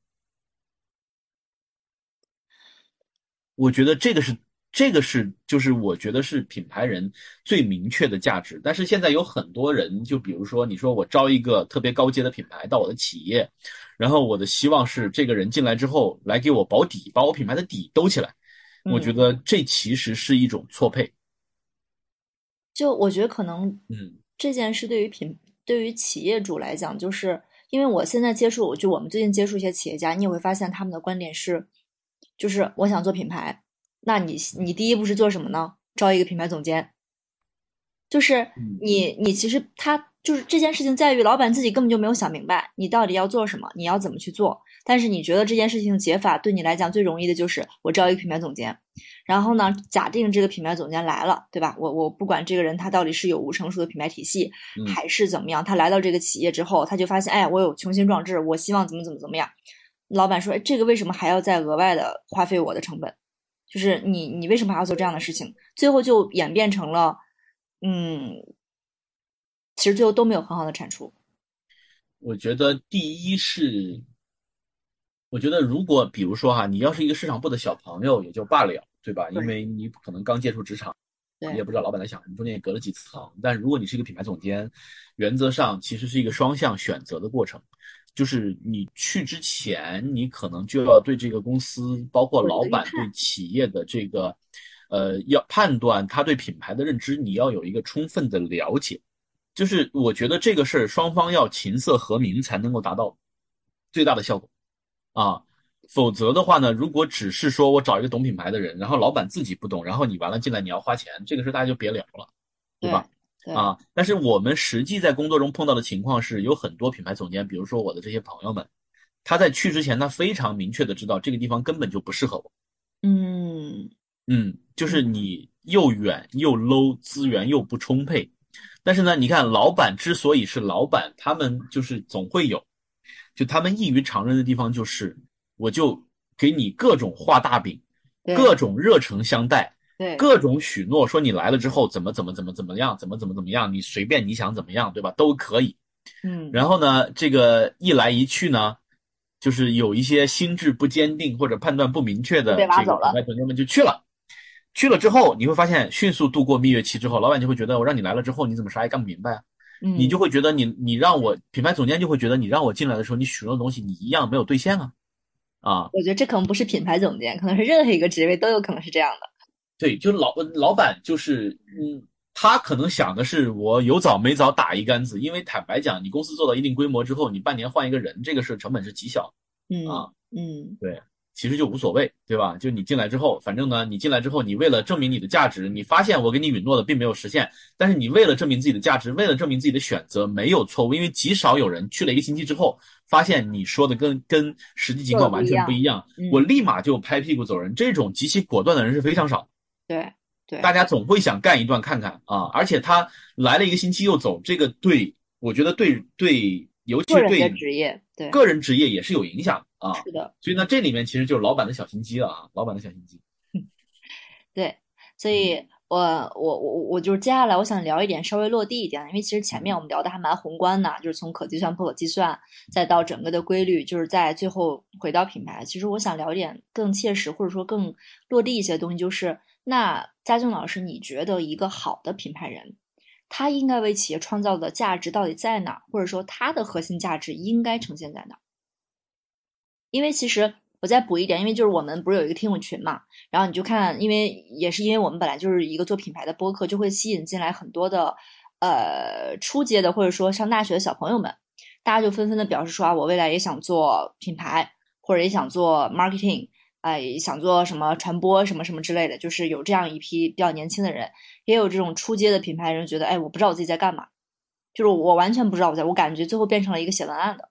Speaker 2: 我觉得这个是就是我觉得是品牌人最明确的价值。但是现在有很多人，就比如说你说我招一个特别高阶的品牌到我的企业，然后我的希望是这个人进来之后来给我保底，把我品牌的底兜起来。我觉
Speaker 1: 嗯，
Speaker 2: 得这其实是一种错配。
Speaker 1: 就我觉得可能
Speaker 2: 嗯
Speaker 1: 这件事对于企业主来讲，就是因为我现在接触，就我们最近接触一些企业家，你也会发现他们的观点是，就是我想做品牌，那你第一步是做什么呢？招一个品牌总监。就是
Speaker 2: 嗯
Speaker 1: 你其实他就是这件事情在于老板自己根本就没有想明白你到底要做什么，你要怎么去做。但是你觉得这件事情的解法对你来讲最容易的就是我招一个品牌总监，然后呢，假定这个品牌总监来了，对吧？我不管这个人他到底是有无成熟的品牌体系
Speaker 2: 嗯。
Speaker 1: 还是怎么样，他来到这个企业之后，他就发现，哎，我有雄心壮志，我希望怎么样。老板说，哎，这个为什么还要再额外的花费我的成本？就是你为什么还要做这样的事情？最后就演变成了。嗯，其实最后都没有很好的产出。
Speaker 2: 我觉得第一是，我觉得如果比如说哈，你要是一个市场部的小朋友也就罢了，对吧？因
Speaker 1: 对
Speaker 2: 为你可能刚接触职场，你
Speaker 1: 对
Speaker 2: 也不知道老板在想什么，中间也隔了几层。但如果你是一个品牌总监，原则上其实是一个双向选择的过程，就是你去之前，你可能就要对这个公司，包括
Speaker 1: 有一
Speaker 2: 老板对
Speaker 1: 个预判。
Speaker 2: 企业的这个，要判断他对品牌的认知，你要有一个充分的了解。就是我觉得这个事儿双方要琴瑟和鸣才能够达到最大的效果啊，否则的话呢，如果只是说我找一个懂品牌的人，然后老板自己不懂，然后你完了进来你要花钱，这个事大家就别聊了，对
Speaker 1: 对
Speaker 2: 吧？
Speaker 1: 对，
Speaker 2: 啊，但是我们实际在工作中碰到的情况是，有很多品牌总监，比如说我的这些朋友们，他在去之前，他非常明确的知道这个地方根本就不适合我，
Speaker 1: 嗯
Speaker 2: 就是
Speaker 1: 嗯，
Speaker 2: 你又远又 low，资源又不充沛。但是呢，你看老板之所以是老板，他们就是总会有，就他们异于常人的地方，就是我就给你各种画大饼，各
Speaker 1: 对
Speaker 2: 种热诚相待，
Speaker 1: 对，
Speaker 2: 各种许诺，说你来了之后怎么样，怎么样，你随便你想怎么样，对吧？都可以。
Speaker 1: 嗯，
Speaker 2: 然后呢，这个一来一去呢，就是有一些心智不坚定或者判断不明确
Speaker 1: 就被
Speaker 2: 的这个
Speaker 1: 挖走了。
Speaker 2: 品牌总监们就去了。去了之后，你会发现迅速度过蜜月期之后，老板就会觉得我让你来了之后，你怎么啥也干不明白啊？你就
Speaker 1: 嗯，
Speaker 2: 会觉得你让我品牌总监就会觉得你让我进来的时候，你许诺的东西你一样没有兑现啊啊！
Speaker 1: 我觉得这可能不是品牌总监，可能是任何一个职位都有可能是这样的。
Speaker 2: 对，就老板就是他可能想的是我有早没早打一竿子，因为坦白讲，你公司做到一定规模之后，你半年换一个人，这个是成本是极小
Speaker 1: 嗯
Speaker 2: 啊。
Speaker 1: 嗯，
Speaker 2: 对，其实就无所谓，对吧？就你进来之后，反正呢，你进来之后，你为了证明你的价值，你发现我给你允诺的并没有实现，但是你为了证明自己的价值，为了证明自己的选择没有错误，因为极少有人去了一个星期之后，发现你说的跟实际情
Speaker 1: 做的
Speaker 2: 况完
Speaker 1: 不一样。
Speaker 2: 全不一样，我
Speaker 1: 嗯，
Speaker 2: 立马就拍屁股走人。这种极其果断的人是非常少，
Speaker 1: 对对，
Speaker 2: 大家总会想干一段看看啊。而且他来了一个星期又走，这个对我觉得对，尤其
Speaker 1: 个人的
Speaker 2: 是对
Speaker 1: 职业，对，
Speaker 2: 个人职业也是有影响的啊。
Speaker 1: 是的。
Speaker 2: 所以呢，这里面其实就是老板的小心机了啊，老板的小心机。
Speaker 1: 对，所
Speaker 2: 嗯
Speaker 1: 以我就是接下来我想聊一点稍微落地一点的，因为其实前面
Speaker 2: 嗯
Speaker 1: 我们聊的还蛮宏观的，就是从可计算不可计算，再到整个的规律，就是在最后回到品牌。其实我想聊一点更切实或者说更落地一些的东西，就是那嘉俊老师，你觉得一个好的品牌人，他应该为企业创造的价值到底在哪儿，或者说他的核心价值应该呈现在哪儿？因为其实我再补一点，因为就是我们不是有一个听友群嘛，然后你就看，因为也是因为我们本来就是一个做品牌的播客，就会吸引进来很多的初阶的或者说上大学的小朋友们，大家就纷纷的表示说啊，我未来也想做品牌，或者也想做 marketing，也想做什么传播什么什么之类的，就是有这样一批比较年轻的人，也有这种初阶的品牌人觉得，哎，我不知道我自己在干嘛，就是我完全不知道我感觉最后变成了一个写文案的。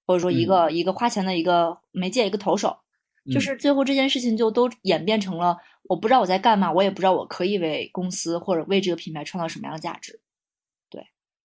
Speaker 1: 或者说一
Speaker 2: 嗯
Speaker 1: 个一个花钱的一个媒介一个投手，就
Speaker 2: 嗯
Speaker 1: 是最后这件事情就都演变成了我不知道我在干嘛，我也不知道我可以为公司或者为这个品牌创造什么样的价值。对，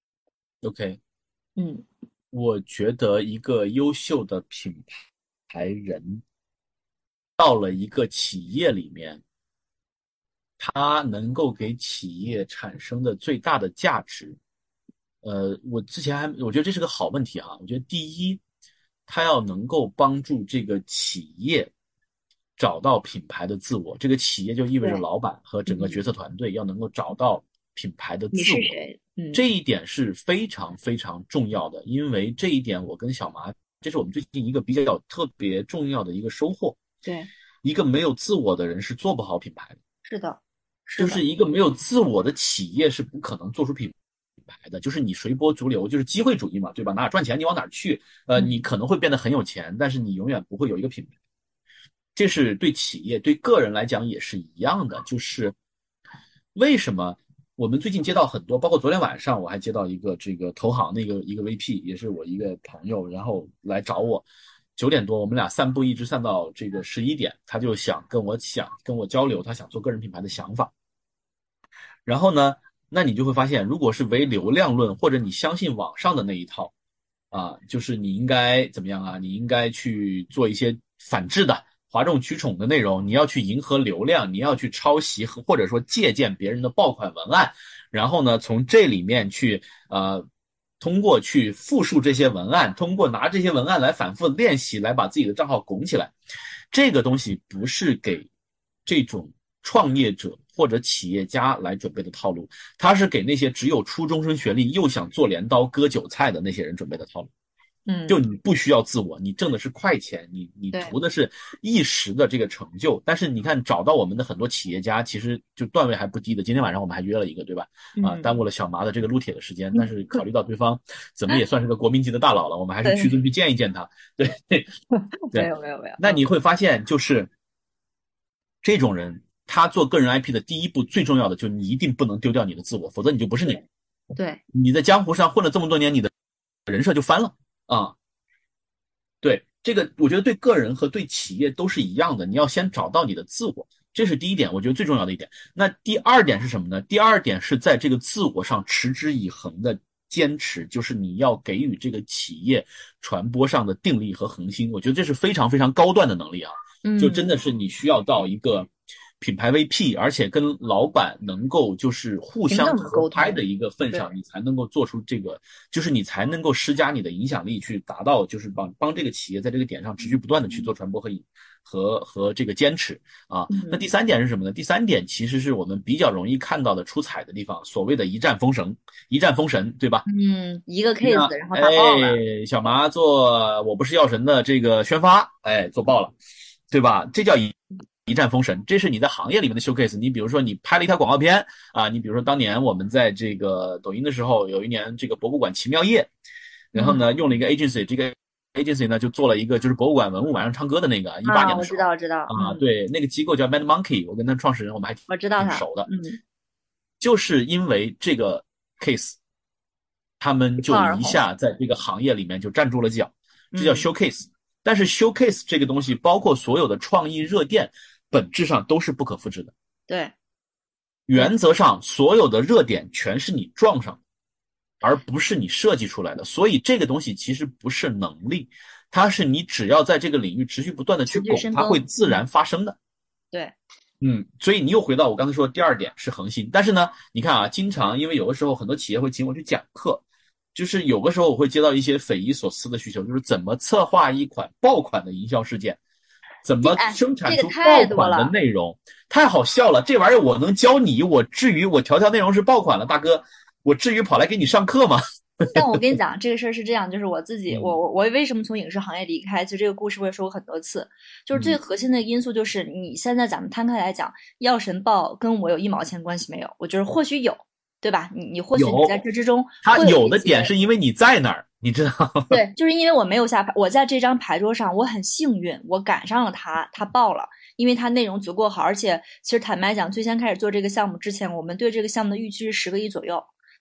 Speaker 2: ，OK。
Speaker 1: 嗯，
Speaker 2: 我觉得一个优秀的品牌人到了一个企业里面，他能够给企业产生的最大的价值，我之前我觉得这是个好问题啊。我觉得第一，他要能够帮助这个企业找到品牌的自我，这个企业就意味着
Speaker 1: 对，
Speaker 2: 老板和整个决
Speaker 1: 嗯，
Speaker 2: 策团队要能够找到品牌的
Speaker 1: 你
Speaker 2: 自我，
Speaker 1: 是谁？嗯，
Speaker 2: 这一点是非常非常重要的。因为这一点，我跟小麻，这是我们最近一个比较特别重要的一个收获。
Speaker 1: 对，
Speaker 2: 一个没有自我的人是做不好品牌的。
Speaker 1: 是的，是的，
Speaker 2: 就是一个没有自我的企业是不可能做出品牌的。就是你随波逐流，就是机会主义嘛，对吧？哪赚钱你往哪儿去？你
Speaker 1: 嗯，
Speaker 2: 可能会变得很有钱，但是你永远不会有一个品牌。这是对企业、对个人来讲也是一样的。就是为什么我们最近接到很多，包括昨天晚上我还接到一个这个投行的一个 VP，也是我一个朋友，然后来找我。9点多，我们俩散步一直散到这个11点，他就想跟我交流，他想做个人品牌的想法。然后呢，那你就会发现，如果是唯流量论，或者你相信网上的那一套，就是你应该怎么样啊？你应该去做一些反制的、哗众取宠的内容，你要去迎合流量，你要去抄袭或者说借鉴别人的爆款文案，然后呢，从这里面去通过去复述这些文案，通过拿这些文案来反复练习，来把自己的账号拱起来。这个东西不是给这种创业者或者企业家来准备的套路，它是给那些只有初中生学历又想做镰刀割韭菜的那些人准备的套路。就
Speaker 1: 嗯，
Speaker 2: 你不需要自我，你挣的是快钱，你
Speaker 1: 对，
Speaker 2: 图的是一时的这个成就。但是你看，找到我们的很多企业家，其实就段位还不低的。今天晚上我们还约了一个，对吧？耽
Speaker 1: 嗯，
Speaker 2: 误了小麻的这个撸铁的时间，但
Speaker 1: 嗯，
Speaker 2: 是考虑到对方怎么也算是个国民级的大佬了，我们还是屈
Speaker 1: 对，
Speaker 2: 尊去见一见他。对
Speaker 1: 没
Speaker 2: 对，
Speaker 1: 有没有没有，
Speaker 2: 那你会发现，就是这种人，他做个人 IP 的第一步最重要的，就是你一定不能丢掉你的自我，否则你就不是你。
Speaker 1: 对对，
Speaker 2: 你在江湖上混了这么多年，你的人设就翻了啊。对，这个我觉得对个人和对企业都是一样的，你要先找到你的自我，这是第一点，我觉得最重要的一点。那第二点是什么呢？第二点是在这个自我上持之以恒的坚持，就是你要给予这个企业传播上的定力和恒心。我觉得这是非常非常高段的能力啊，就真
Speaker 1: 嗯，
Speaker 2: 的是你需要到一个品牌 VP，而且跟老板能够就是互
Speaker 1: 平等的
Speaker 2: 相合
Speaker 1: 沟通，
Speaker 2: 拍的一个份上，
Speaker 1: 对，
Speaker 2: 你才能够做出这个，就是你才能够施加你的影响力，去达到就是帮这个企业在这个点上持续不断的去做传播和这个坚持啊。那第
Speaker 1: 嗯，
Speaker 2: 三点是什么呢？第三点其实是我们比较容易看到的出彩的地方，所谓的一战封神，一战封神，对吧？
Speaker 1: 嗯，一个
Speaker 2: 你看，
Speaker 1: case 然后打爆了，
Speaker 2: 哎，小麻做我不是药神的这个宣发，哎，做爆了，对吧？这叫一战封神，这是你在行业里面的 showcase。你比如说，你拍了一条广告片啊，你比如说当年我们在这个抖音的时候，有一年这个博物馆奇妙夜，然后
Speaker 1: 嗯，
Speaker 2: 呢用了一个 agency，这个 agency 呢就做了一个就是博物馆文物晚上唱歌的那个，18年的
Speaker 1: 我
Speaker 2: 时候
Speaker 1: 知道知道，
Speaker 2: 啊，对，那个机构叫 Mad Monkey，我跟他创始人我们还
Speaker 1: 我知道他，
Speaker 2: 挺熟的，
Speaker 1: 嗯，
Speaker 2: 就是因为这个 case。他们
Speaker 1: 一炮
Speaker 2: 就
Speaker 1: 而红，
Speaker 2: 一下在这个行业里面就站住了脚，这叫
Speaker 1: 嗯，
Speaker 2: showcase。但是 showcase 这个东西，包括所有的创意热电，本质上都是不可复制的。
Speaker 1: 对对，
Speaker 2: 原则上，所有的热点全是你撞上的，而不是你设计出来的。所以这个东西其实不是能力，它是你只要在这个领域持续不断的去
Speaker 1: 持续
Speaker 2: 拱，它会
Speaker 1: 深耕，
Speaker 2: 自然发生的。
Speaker 1: 对，
Speaker 2: 所以你又回到我刚才说的第二点是恒心。但是呢，你看啊，经常因为有的时候很多企业会请我去讲课，就是有的时候我会接到一些匪夷所思的需求，就是怎么策划一款爆款的营销事件，怎么生
Speaker 1: 这个
Speaker 2: 产出爆款的
Speaker 1: 太多了。
Speaker 2: 内容，太好笑了。这玩意儿我能教你，我至于我条条内容是爆款了，大哥，我至于跑来给你上课吗？
Speaker 1: 但我跟你讲，这个事儿是这样，就是我自己，
Speaker 2: 嗯
Speaker 1: 我为什么从影视行业离开？其实这个故事我也说过很多次，就是最
Speaker 2: 嗯，
Speaker 1: 核心的因素就是你现在咱们摊开来讲，药神报跟我有一毛钱关系没有？我觉得或许有，对吧？你或许你在
Speaker 2: 有，
Speaker 1: 这之中
Speaker 2: 他
Speaker 1: 会有
Speaker 2: 有的点
Speaker 1: 一些，
Speaker 2: 是因为你在那儿，你知道吗？
Speaker 1: 对，就是因为我没有下牌，我在这张牌桌上，我很幸运，我赶上了他，他报了，因为他内容足够好，而且其实坦白讲，最先开始做这个项目之前，我们对这个项目的预期是10个亿左右。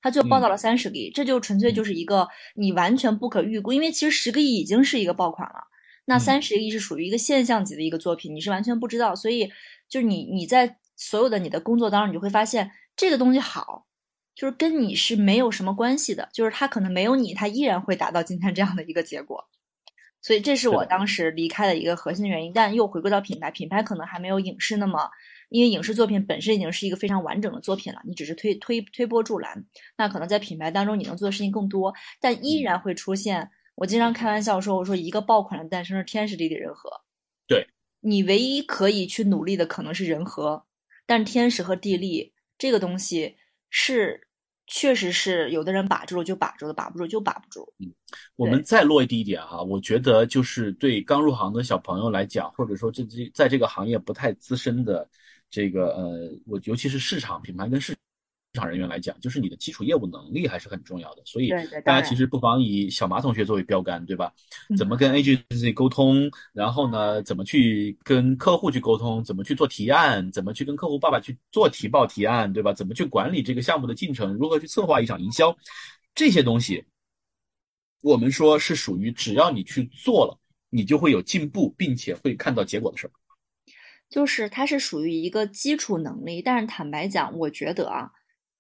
Speaker 1: 它就报到了30个亿，这就纯粹就是一个你完全不可预估，因为其实10个亿已经是一个爆款了，那30个亿是属于一个现象级的一个作品，你是完全不知道，所以就是你在所有的你的工作当中，你就会发现这个东西好，就是跟你是没有什么关系的，就是它可能没有你，它依然会达到今天这样的一个结果。所以这是我当时离开的一个核心原因，但又回归到品牌，品牌可能还没有影视那么，因为影视作品本身已经是一个非常完整的作品了，你只是推波助澜，那可能在品牌当中你能做的事情更多，但依然会出现。我经常开玩笑说，我说一个爆款的诞生是天时地利人和，
Speaker 2: 对，
Speaker 1: 你唯一可以去努力的可能是人和，但天时和地利这个东西是确实是有的人把住了就把住了，把不住就把不住。
Speaker 2: 我们再落地一点哈，我觉得就是对刚入行的小朋友来讲，或者说在这个行业不太资深的这个我尤其是市场品牌跟市场人员来讲，就是你的基础业务能力还是很重要的。所以
Speaker 1: 对对，
Speaker 2: 大家
Speaker 1: 当然，
Speaker 2: 其实不妨以小马同学作为标杆，对吧？怎么跟 agency 沟通，然后呢，怎么去跟客户去沟通，怎么去做提案，怎么去跟客户爸爸去做提报提案，对吧？怎么去管理这个项目的进程，如何去策划一场营销，这些东西。我们说是属于只要你去做了，你就会有进步，并且会看到结果的事儿。
Speaker 1: 就是它是属于一个基础能力，但是坦白讲，我觉得啊，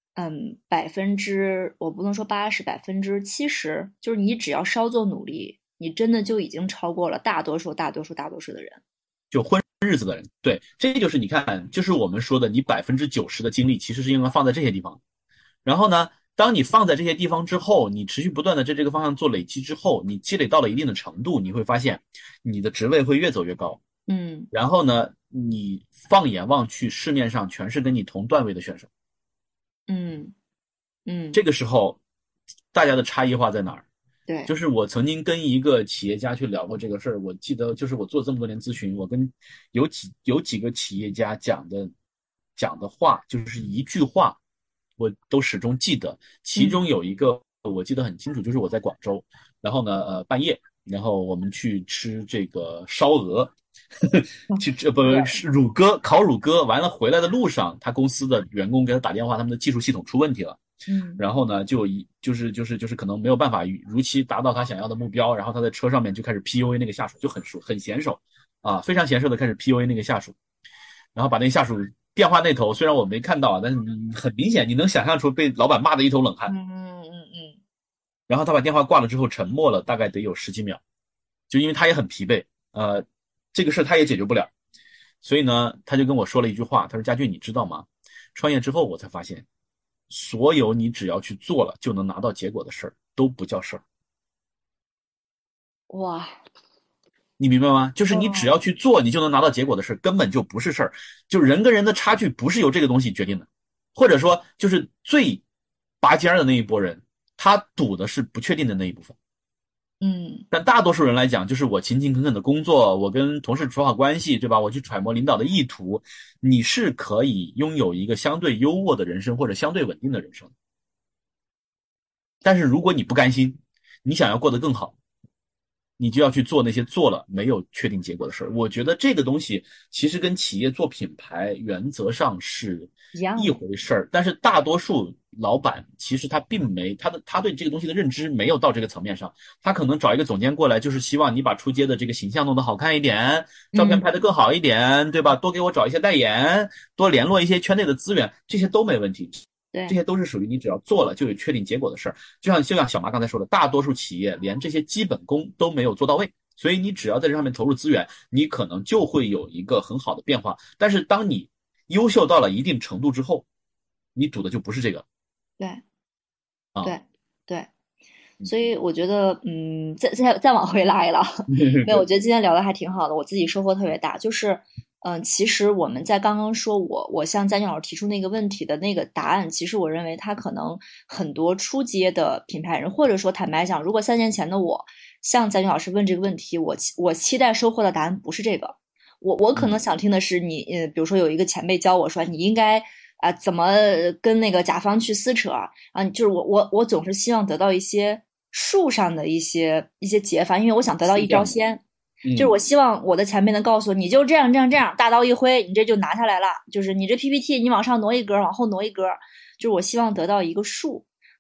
Speaker 1: 我不能说80%，70%，就是你只要稍作努力，你真的就已经超过了大多数的人。
Speaker 2: 日子的人，对，这就是你看，就是我们说的，你90%的精力其实是应该放在这些地方。然后呢，当你放在这些地方之后，你持续不断的在这个方向做累积之后，你积累到了一定的程度，你会发现你的职位会越走越高。
Speaker 1: 嗯
Speaker 2: 然后呢，你放眼望去，市面上全是跟你同段位的选手。
Speaker 1: 嗯嗯，
Speaker 2: 这个时候，大家的差异化在哪儿？
Speaker 1: 对，
Speaker 2: 就是我曾经跟一个企业家去聊过这个事儿，我记得就是我做这么多年咨询，我跟有几个企业家讲的话，就是一句话，我都始终记得。其
Speaker 1: 嗯，
Speaker 2: 中有一个我记得很清楚，就是我在广州，然后呢，半夜，然后我们去吃这个烧鹅，去这不是乳鸽，烤乳鸽，完了回来的路上，他公司的员工给他打电话，他们的技术系统出问题了。
Speaker 1: 嗯
Speaker 2: 然后呢，就是可能没有办法如期达到他想要的目标，然后他在车上面就开始 PUA 那个下属，就很娴熟啊，非常娴熟的开始 PUA 那个下属，然后把那个下属电话那头虽然我没看到啊，但是你很明显你能想象出被老板骂的一头冷汗。然后他把电话挂了之后沉默了大概得有十几秒，就因为他也很疲惫，这个事他也解决不了，所以呢，他就跟我说了一句话，他说：“家俊，你知道吗？创业之后我才发现。”所有你只要去做了就能拿到结果的事儿都不叫事儿，
Speaker 1: 哇，
Speaker 2: 你明白吗？就是你只要
Speaker 1: 哦，
Speaker 2: 去做，你就能拿到结果的事儿根本就不是事儿。就人跟人的差距不是由这个东西决定的，或者说就是最拔尖的那一波人，他赌的是不确定的那一部分。
Speaker 1: 嗯
Speaker 2: 但大多数人来讲，就是我勤勤恳恳的工作，我跟同事处好关系，对吧？我去揣摩领导的意图，你是可以拥有一个相对优渥的人生或者相对稳定的人生。但是如果你不甘心，你想要过得更好，你就要去做那些做了没有确定结果的事儿。我觉得这个东西其实跟企业做品牌原则上是一
Speaker 1: 一样的，
Speaker 2: 回事儿，但是大多数老板其实他并没他对这个东西的认知没有到这个层面上，他可能找一个总监过来，就是希望你把出街的这个形象弄得好看一点，照片拍得
Speaker 1: 嗯，
Speaker 2: 更好一点，对吧？多给我找一些代言，多联络一些圈内的资源，这些都没问题。这
Speaker 1: 对，
Speaker 2: 些都是属于你只要做了就有确定结果的事儿。就像小马刚才说的，大多数企业连这些基本功都没有做到位，所以你只要在这上面投入资源，你可能就会有一个很好的变化。但是当你优秀到了一定程度之后，你赌的就不是这个
Speaker 1: 对
Speaker 2: 啊。
Speaker 1: 对对。所以我觉得，再往回拉一拉，没有，我
Speaker 2: 对，
Speaker 1: 觉得今天聊的还挺好的，我自己收获特别大。就是，其实我们在刚刚说我向佳俊老师提出那个问题的那个答案，其实我认为他可能很多初阶的品牌人，或者说坦白讲，如果3年前的我向佳俊老师问这个问题，我期待收获的答案不是这个，我可能想听的是你，比如说有一个前辈教我说你应该。怎么跟那个甲方去撕扯啊？就是我总是希望得到一些术上的一些解法，因为我想得到一招
Speaker 2: 是这样的。
Speaker 1: 鲜。就是
Speaker 2: 嗯，
Speaker 1: 我希望我的前辈能告诉我，你就这样这样这样，大刀一挥，你这就拿下来了。就是你这 PPT，你往上挪一格，往后挪一格，就是我希望得到一个数。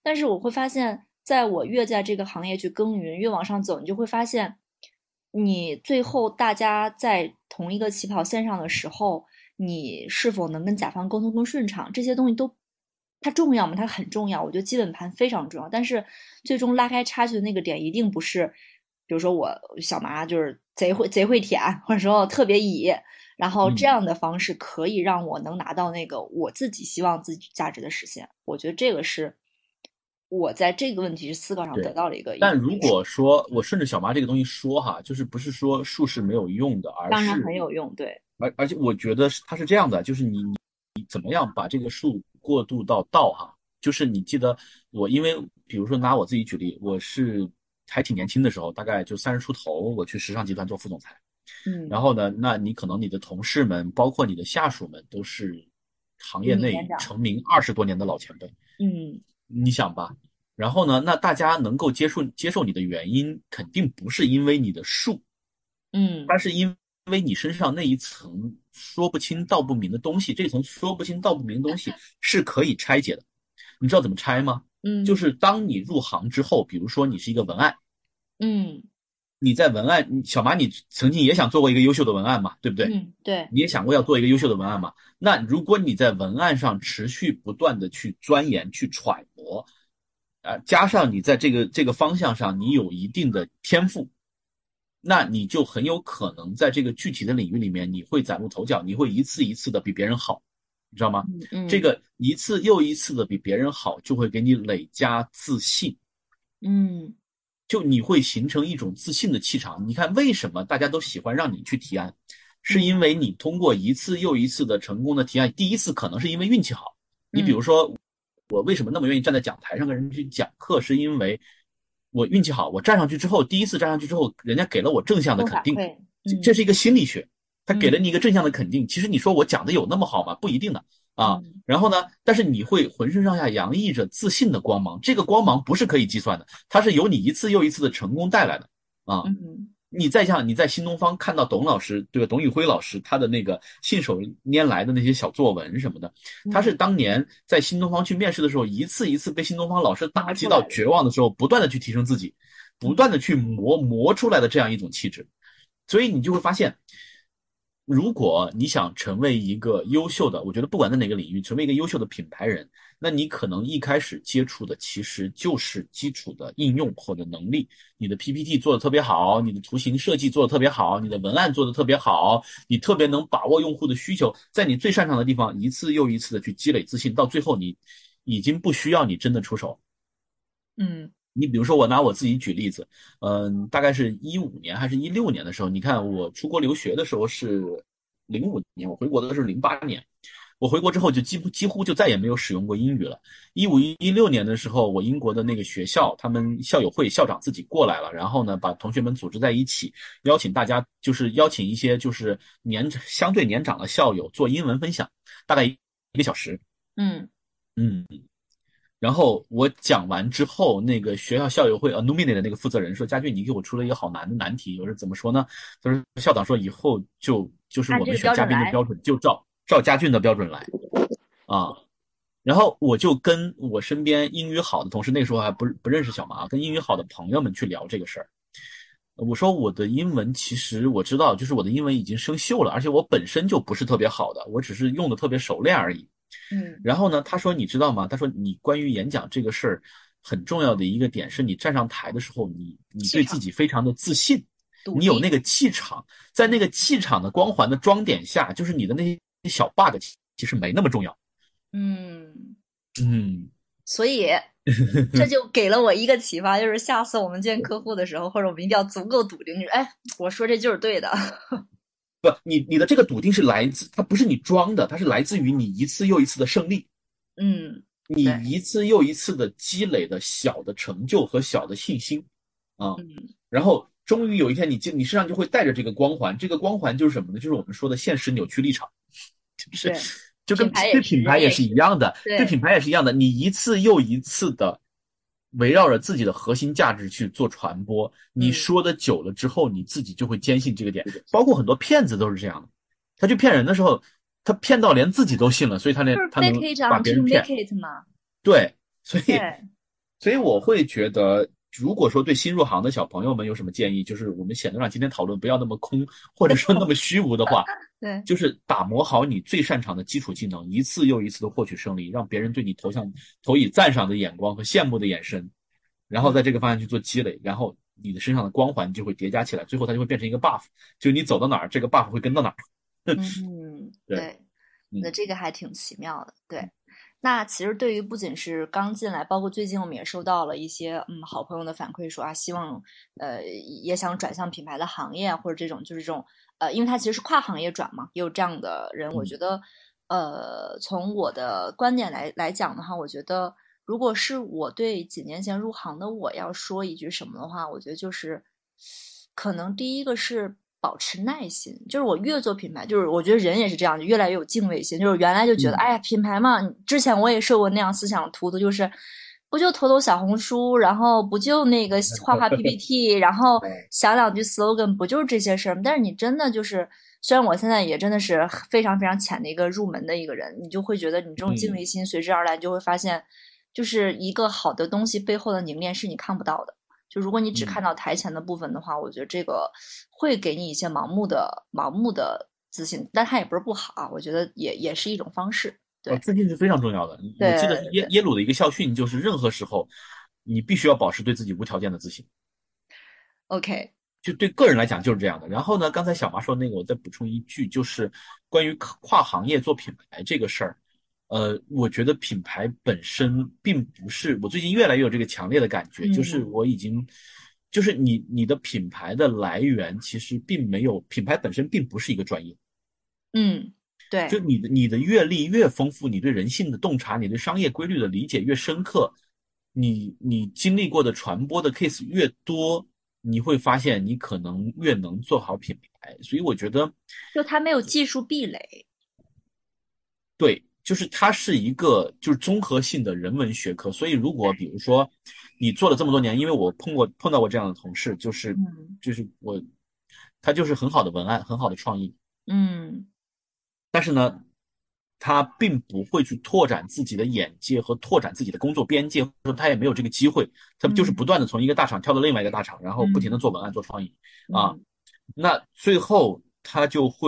Speaker 1: 但是我会发现，在我越在这个行业去耕耘，越往上走，你就会发现，你最后大家在同一个起跑线上的时候，你是否能跟甲方沟通更顺畅，这些东西都它重要吗？它很重要，我觉得基本盘非常重要。但是最终拉开差距的那个点，一定不是，比如说我小麻就是贼会舔，或者说我特别乙，然后这
Speaker 2: 嗯。
Speaker 1: 样的方式可以让我能拿到那个我自己希望自己价值的实现。我觉得这个是我在这个问题思考上得
Speaker 2: 对，
Speaker 1: 到了一个一
Speaker 2: 但如
Speaker 1: 个约束，
Speaker 2: 果说我顺着小妈这个东西说哈，就是不是说术是没有用的，而
Speaker 1: 当然
Speaker 2: 是
Speaker 1: 很有用。对，
Speaker 2: 而且我觉得它是这样的，就是你怎么样把这个术过渡到道哈，就是你记得我，因为比如说拿我自己举例，我是还挺年轻的时候，大概就30出头，我去时尚集团做副总裁。然
Speaker 1: 嗯，
Speaker 2: 后呢，那你可能你的同事们，包括你的下属们，都是行
Speaker 1: 比
Speaker 2: 业
Speaker 1: 你年长，
Speaker 2: 内成名20多年的老前辈。
Speaker 1: 嗯
Speaker 2: 你想吧，然后呢，那大家能够接受你的原因，肯定不是因为你的术，
Speaker 1: 嗯
Speaker 2: 它是因为你身上那一层说不清道不明的东西，这层说不清道不明的东西是可以拆解的。你知道怎么拆吗？就
Speaker 1: 嗯
Speaker 2: 是当你入行之后，比如说你是一个文案，
Speaker 1: 嗯
Speaker 2: 你在文案，小马，你曾经也想做过一个优秀的文案嘛，对不对？
Speaker 1: 嗯，对，
Speaker 2: 你也想过要做一个优秀的文案嘛？那如果你在文案上持续不断的去钻研、去揣摩，加上你在这个方向上你有一定的天赋，那你就很有可能在这个具体的领域里面，你会崭露头角，你会一次一次的比别人好，你知道吗？
Speaker 1: 嗯嗯
Speaker 2: 这个一次又一次的比别人好，就会给你累加自信，
Speaker 1: 嗯
Speaker 2: 就你会形成一种自信的气场。你看，为什么大家都喜欢让你去提案，是因
Speaker 1: 嗯
Speaker 2: 为你通过一次又一次的成功的提案，第一次可能是因为运气好。你比如
Speaker 1: 嗯，
Speaker 2: 说，我为什么那么愿意站在讲台上跟人去讲课，是因为我运气好，我站上去之后，第一次站上去之后，人家给了我正向的
Speaker 1: 正
Speaker 2: 肯定，
Speaker 1: 反馈，
Speaker 2: 这是一个心理学，他给了
Speaker 1: 嗯
Speaker 2: 你一个正向的肯定。其实你说我讲的有那么好吗？不一定的啊。
Speaker 1: 嗯
Speaker 2: 然后呢，但是你会浑身上下洋溢着自信的光芒，这个光芒不是可以计算的，它是由你一次又一次的成功带来的啊。
Speaker 1: 嗯
Speaker 2: 你再像你在新东方看到董老师，对吧？董宇辉老师他的那个信手拈来的那些小作文什么的，他是
Speaker 1: 嗯，
Speaker 2: 当年在新东方去面试的时候，一次一次被新东方老师打击到
Speaker 1: 磨出来的，
Speaker 2: 绝望的时候，不断的去提升自己，不断
Speaker 1: 嗯
Speaker 2: 的去磨出来的这样一种气质。所以你就会发现，如果你想成为一个优秀的，我觉得不管在哪个领域，成为一个优秀的品牌人，那你可能一开始接触的其实就是基础的应用或者能力。你的 PPT 做的特别好，你的图形设计做的特别好，你的文案做的特别好，你特别能把握用户的需求，在你最擅长的地方一次又一次的去积累自信，到最后你已经不需要你真的出手。
Speaker 1: 嗯
Speaker 2: 你比如说，我拿我自己举例子，大概是15年还是16年的时候，你看我出国留学的时候是05年，我回国的是08年，我回国之后就几乎就再也没有使用过英语了。15、16年的时候，我英国的那个学校，他们校友会校长自己过来了，然后呢，把同学们组织在一起，邀请大家，就是邀请一些就是相对年长的校友做英文分享，大概1个小时。
Speaker 1: 嗯
Speaker 2: 嗯，然后我讲完之后，那个学校校友会 alumni 的那个负责人说：“佳俊，你给我出了一个好难的难题。”我说：“怎么说呢？”他说：“校长说以后就是我们
Speaker 1: 按这个
Speaker 2: 选嘉宾的
Speaker 1: 标准来，
Speaker 2: 标准就照佳俊的标准来啊。”然后我就跟我身边英语好的同事，那时候还不认识小马，跟英语好的朋友们去聊这个事儿。我说我的英文其实我知道，就是我的英文已经生锈了，而且我本身就不是特别好的，我只是用的特别熟练而已。
Speaker 1: 嗯，
Speaker 2: 然后呢，他说你知道吗？他说你关于演讲这个事儿很重要的一个点是你站上台的时候，你对自
Speaker 1: 气场
Speaker 2: 己非常的自信，
Speaker 1: 笃定，
Speaker 2: 你有那个气场，在那个气场的光环的装点下，就是你的那些小 bug 其实没那么重要。
Speaker 1: 嗯，
Speaker 2: 嗯，
Speaker 1: 所以这就给了我一个启发，就是下次我们见客户的时候，或者我们一定要足够笃定，就是哎，我说这就是对的，
Speaker 2: 不，你的这个笃定是来自，它不是你装的，它是来自于你一次又一次的胜利。
Speaker 1: 嗯，
Speaker 2: 你
Speaker 1: 对，
Speaker 2: 一次又一次的积累的小的成就和小的信心啊，
Speaker 1: 嗯
Speaker 2: 然后终于有一天你身上就会带着这个光环，这个光环就是什么呢？就是我们说的现实扭曲立场，就是
Speaker 1: 对，
Speaker 2: 就跟
Speaker 1: 品牌也是，
Speaker 2: 对品牌也是
Speaker 1: 人也是，
Speaker 2: 一样的，对
Speaker 1: 对，
Speaker 2: 品牌也是一样的，你一次又一次的围绕着自己的核心价值去做传播，你
Speaker 1: 嗯，
Speaker 2: 说的久了之后，你自己就会坚信这个点，包括很多骗子都是这样的，他去骗人的时候，他骗到连自己都信了，所以他
Speaker 1: 就是
Speaker 2: 连他
Speaker 1: fake
Speaker 2: 能
Speaker 1: it
Speaker 2: 把别
Speaker 1: until
Speaker 2: 人
Speaker 1: you make
Speaker 2: 骗。
Speaker 1: it 嘛，
Speaker 2: 对，所以
Speaker 1: 对，
Speaker 2: 所以我会觉得，如果说对新入行的小朋友们有什么建议，就是我们显得让今天讨论不要那么空，或者说那么虚无的话，
Speaker 1: 对，
Speaker 2: 就是打磨好你最擅长的基础技能，一次又一次的获取胜利，让别人对你投以赞赏的眼光和羡慕的眼神，然后在这个方向去做积累，然后你的身上的光环就会叠加起来，最后它就会变成一个 buff，就你走到哪儿，这个 buff 会跟到哪儿。
Speaker 1: 嗯，
Speaker 2: 对，
Speaker 1: 对，那
Speaker 2: 嗯
Speaker 1: 这个还挺奇妙的。对，
Speaker 2: 嗯
Speaker 1: 那其实对于不仅是刚进来，包括最近我们也收到了一些好朋友的反馈说啊，希望也想转向品牌的行业啊或者这种就是这种因为它其实是跨行业转嘛，也有这样的人。我
Speaker 2: 嗯
Speaker 1: 觉得从我的观点来讲的话，我觉得如果是我对几年前入行的我要说一句什么的话，我觉得就是可能第一个是保持耐心，就是我越做品牌，就是我觉得人也是这样，就越来越有敬畏心。就是原来就觉得，
Speaker 2: 嗯，
Speaker 1: 哎呀，品牌嘛，之前我也受过那样思想荼毒，就是不就投小红书，然后不就那个画 PPT，然后想两句 slogan，不就是这些事儿吗？但是你真的就是，虽然我现在也真的是非常非常浅的一个入门的一个人，你就会觉得你这种敬
Speaker 2: 嗯
Speaker 1: 畏心随之而来，你就会发现，就是一个好的东西背后的凝练是你看不到的。就如果你只看
Speaker 2: 嗯。
Speaker 1: 到台前的部分的话，我觉得这个会给你一些盲目的自信，但它也不是不好啊，我觉得也是一种方式。对
Speaker 2: 自信是非常重要的。我记得是
Speaker 1: 对对
Speaker 2: 耶鲁的一个校训，就是任何时候，你必须要保持对自己无条件的自信。
Speaker 1: ，OK，
Speaker 2: 就对个人来讲就是这样的。然后呢，刚才小麻说那个，我再补充一句，就是关于跨行业做品牌这个事儿。我觉得品牌本身并不是，我最近越来越有这个强烈的感觉，就是
Speaker 1: 嗯
Speaker 2: 我已经，就是你的品牌的来源其实并没有，品牌本身并不是一个专业。
Speaker 1: 嗯，对，
Speaker 2: 就你的阅历越丰富，你对人性的洞察，你对商业规律的理解越深刻，你经历过的传播的 case 越多，你会发现你可能越能做好品牌。所以我觉得，
Speaker 1: 就它没有技术壁垒。
Speaker 2: 对，就是它是一个就是综合性的人文学科。所以如果比如说你做了这么多年，因为我碰到过这样的同事，就是
Speaker 1: 嗯
Speaker 2: 就是我他就是很好的文案，很好的创意。
Speaker 1: 嗯
Speaker 2: 但是呢，他并不会去拓展自己的眼界和拓展自己的工作边界，或者说他也没有这个机会，他就是不
Speaker 1: 嗯
Speaker 2: 断的从一个大厂跳到另外一个大厂，然后不停的做
Speaker 1: 嗯
Speaker 2: 文案、做创意啊。
Speaker 1: 嗯，
Speaker 2: 那最后他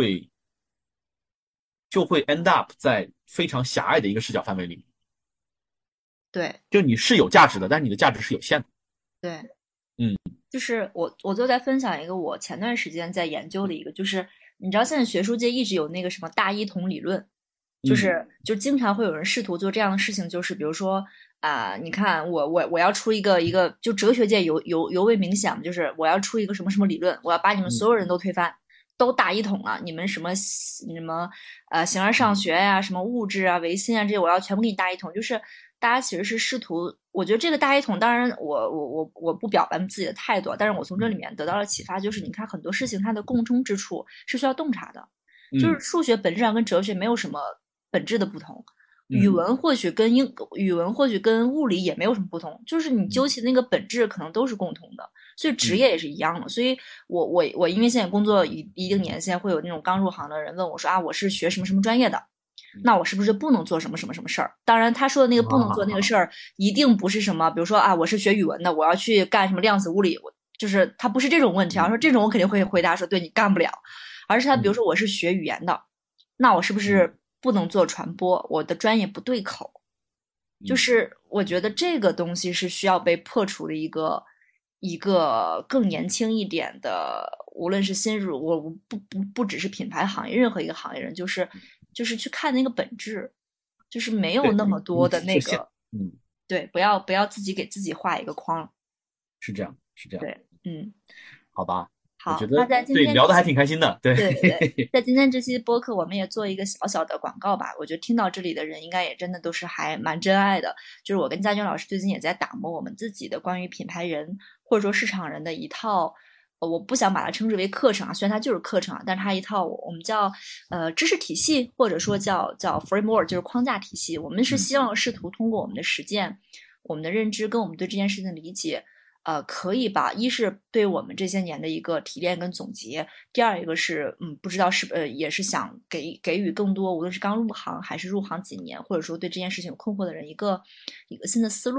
Speaker 2: 就会 end up 在非常狭隘的一个视角范围里，
Speaker 1: 对
Speaker 2: 就你是有价值的，但是你的价值是有限的。
Speaker 1: 对。
Speaker 2: 嗯
Speaker 1: 就是我就在分享一个我前段时间在研究的一个，就是你知道现在学术界一直有那个什么大一统理论，就
Speaker 2: 嗯
Speaker 1: 是就经常会有人试图做这样的事情，就是比如说你看我要出一个，就哲学界尤为明显嘛，就是我要出一个什么什么理论，我要把你们所
Speaker 2: 嗯
Speaker 1: 有人都推翻，都大一统了，你们什么形而上学呀、什么物质啊、唯心啊这些，我要全部给你大一统，就是大家其实是试图，我觉得这个大一统，当然我不表达自己的态度，但是我从这里面得到了启发，就是你看很多事情它的共通之处是需要洞察的，就是
Speaker 2: 嗯
Speaker 1: 数学本质上跟哲学没有什么本质的不同。语
Speaker 2: 嗯
Speaker 1: 文或许跟物理也没有什么不同，就是你究
Speaker 2: 嗯
Speaker 1: 其那个本质可能都是共同的，所以职
Speaker 2: 嗯
Speaker 1: 业也是一样的。所以我因为现在工作一定年限，会有那种刚入行的人问我说啊，我是学什么什么专业的，那我是不是不能做什么什么什么事儿？当然，他说的那个不能做那个
Speaker 2: 啊
Speaker 1: 事儿，一定不是什么，比如说啊，我是学语文的，我要去干什么量子物理，就是他不是这种问题啊。说这种我肯定会回答说，对你干不了，而是他比如
Speaker 2: 嗯
Speaker 1: 说我是学语言的，那我是不
Speaker 2: 嗯
Speaker 1: 是不能做传播？我的专业不对口。就
Speaker 2: 嗯
Speaker 1: 是我觉得这个东西是需要被破除的一个更年轻一点的，无论是新入我不只是品牌行业，任何一个行业人，就是去看那个本质，就是没有
Speaker 2: 对，
Speaker 1: 那么多
Speaker 2: 你是这现
Speaker 1: 的那个，
Speaker 2: 嗯
Speaker 1: 对，不要自己给自己画一个框，
Speaker 2: 是这样是这样。
Speaker 1: 对，嗯，
Speaker 2: 好吧，我觉
Speaker 1: 好，那
Speaker 2: 得
Speaker 1: 在今
Speaker 2: 对聊的还
Speaker 1: 天这期
Speaker 2: 挺开心的，对。
Speaker 1: 对对对，在今天这期播客，我们也做一个小小的广告吧。我觉得听到这里的人，应该也真的都是还蛮真爱的。就是我跟佳娟老师最近也在打磨我们自己的关于品牌人或者说市场人的一套，我不想把它称之为课程啊，虽然它就是课程啊，但是它一套我们叫知识体系，或者说叫 framework，就是框架体系。我们是
Speaker 2: 嗯
Speaker 1: 希望试图通过我们的实践、我们的认知跟我们对这件事情的理解。可以吧？一是对我们这些年的一个提炼跟总结，第二一个是，不知道是也是想给予更多，无论是刚入行还是入行几年，或者说对这件事情有困惑的人一个新的思路。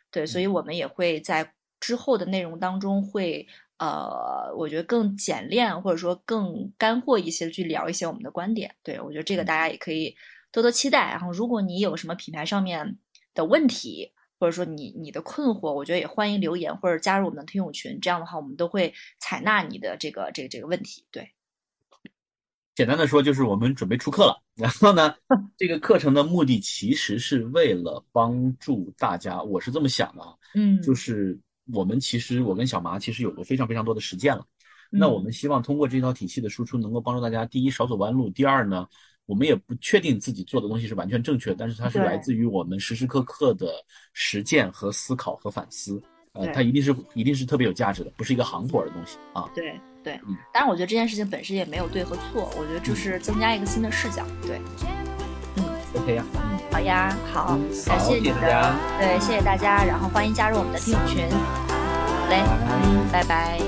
Speaker 1: 对，所以我们也会在之后的内容当中会我觉得更简练或者说更干货一些去聊一些我们的观点。对，我觉得这个大家也可以多多期待。然后如果你有什么品牌上面的问题，或者说你的困惑，我觉得也欢迎留言或者加入我们的听友群，这样的话我们都会采纳你的这个问题。对。
Speaker 2: 简单的说，就是我们准备出课了。然后呢，这个课程的目的其实是为了帮助大家，我是这么想的啊，就是我跟小麻其实有过非常非常多的实践了。那我们希望通过这套体系的输出，能够帮助大家，第一少走弯路，第二呢，我们也不确定自己做的东西是完全正确，但是它是来自于我们时时刻刻的实践和思考和反思。它一定是特别有价值的，不是一个行活的东西啊。
Speaker 1: 对对，当然我觉得这件事情本身也没有对和错，我觉得就是增加一个新的视角。对
Speaker 2: ，OK 呀，
Speaker 1: 好呀，好，感谢你的，对，谢谢大家，然后欢迎加入我们的听友群。好嘞，拜拜。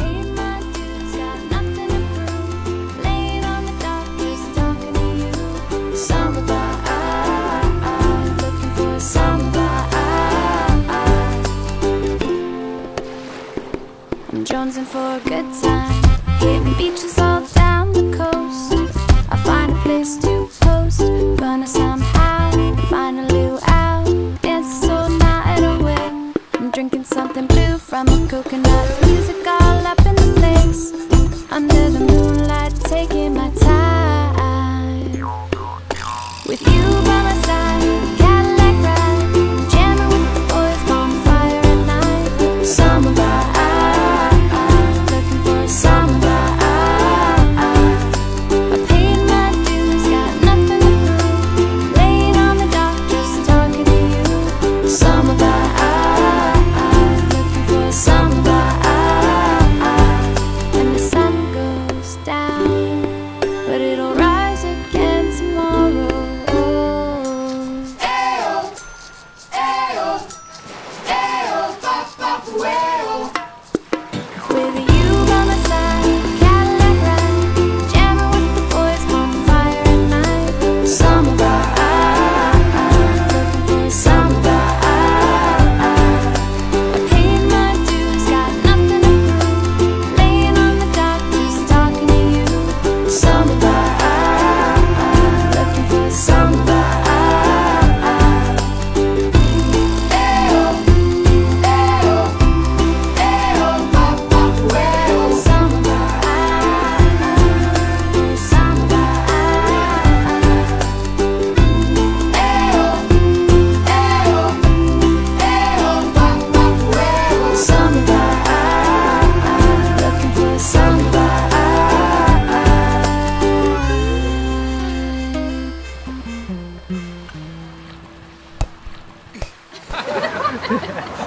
Speaker 3: Jonesing for a good time, hitting beaches all down the coast. I find a place to post, gonna somehow find a little out, dance all night away. I'm drinking something blue from a coconut, music all up in the place, under the moonlight, taking my time. With you by my side, Cadillac ride, jamming with the boys, bonfire at night. Summer vibe.
Speaker 4: Ha ha ha!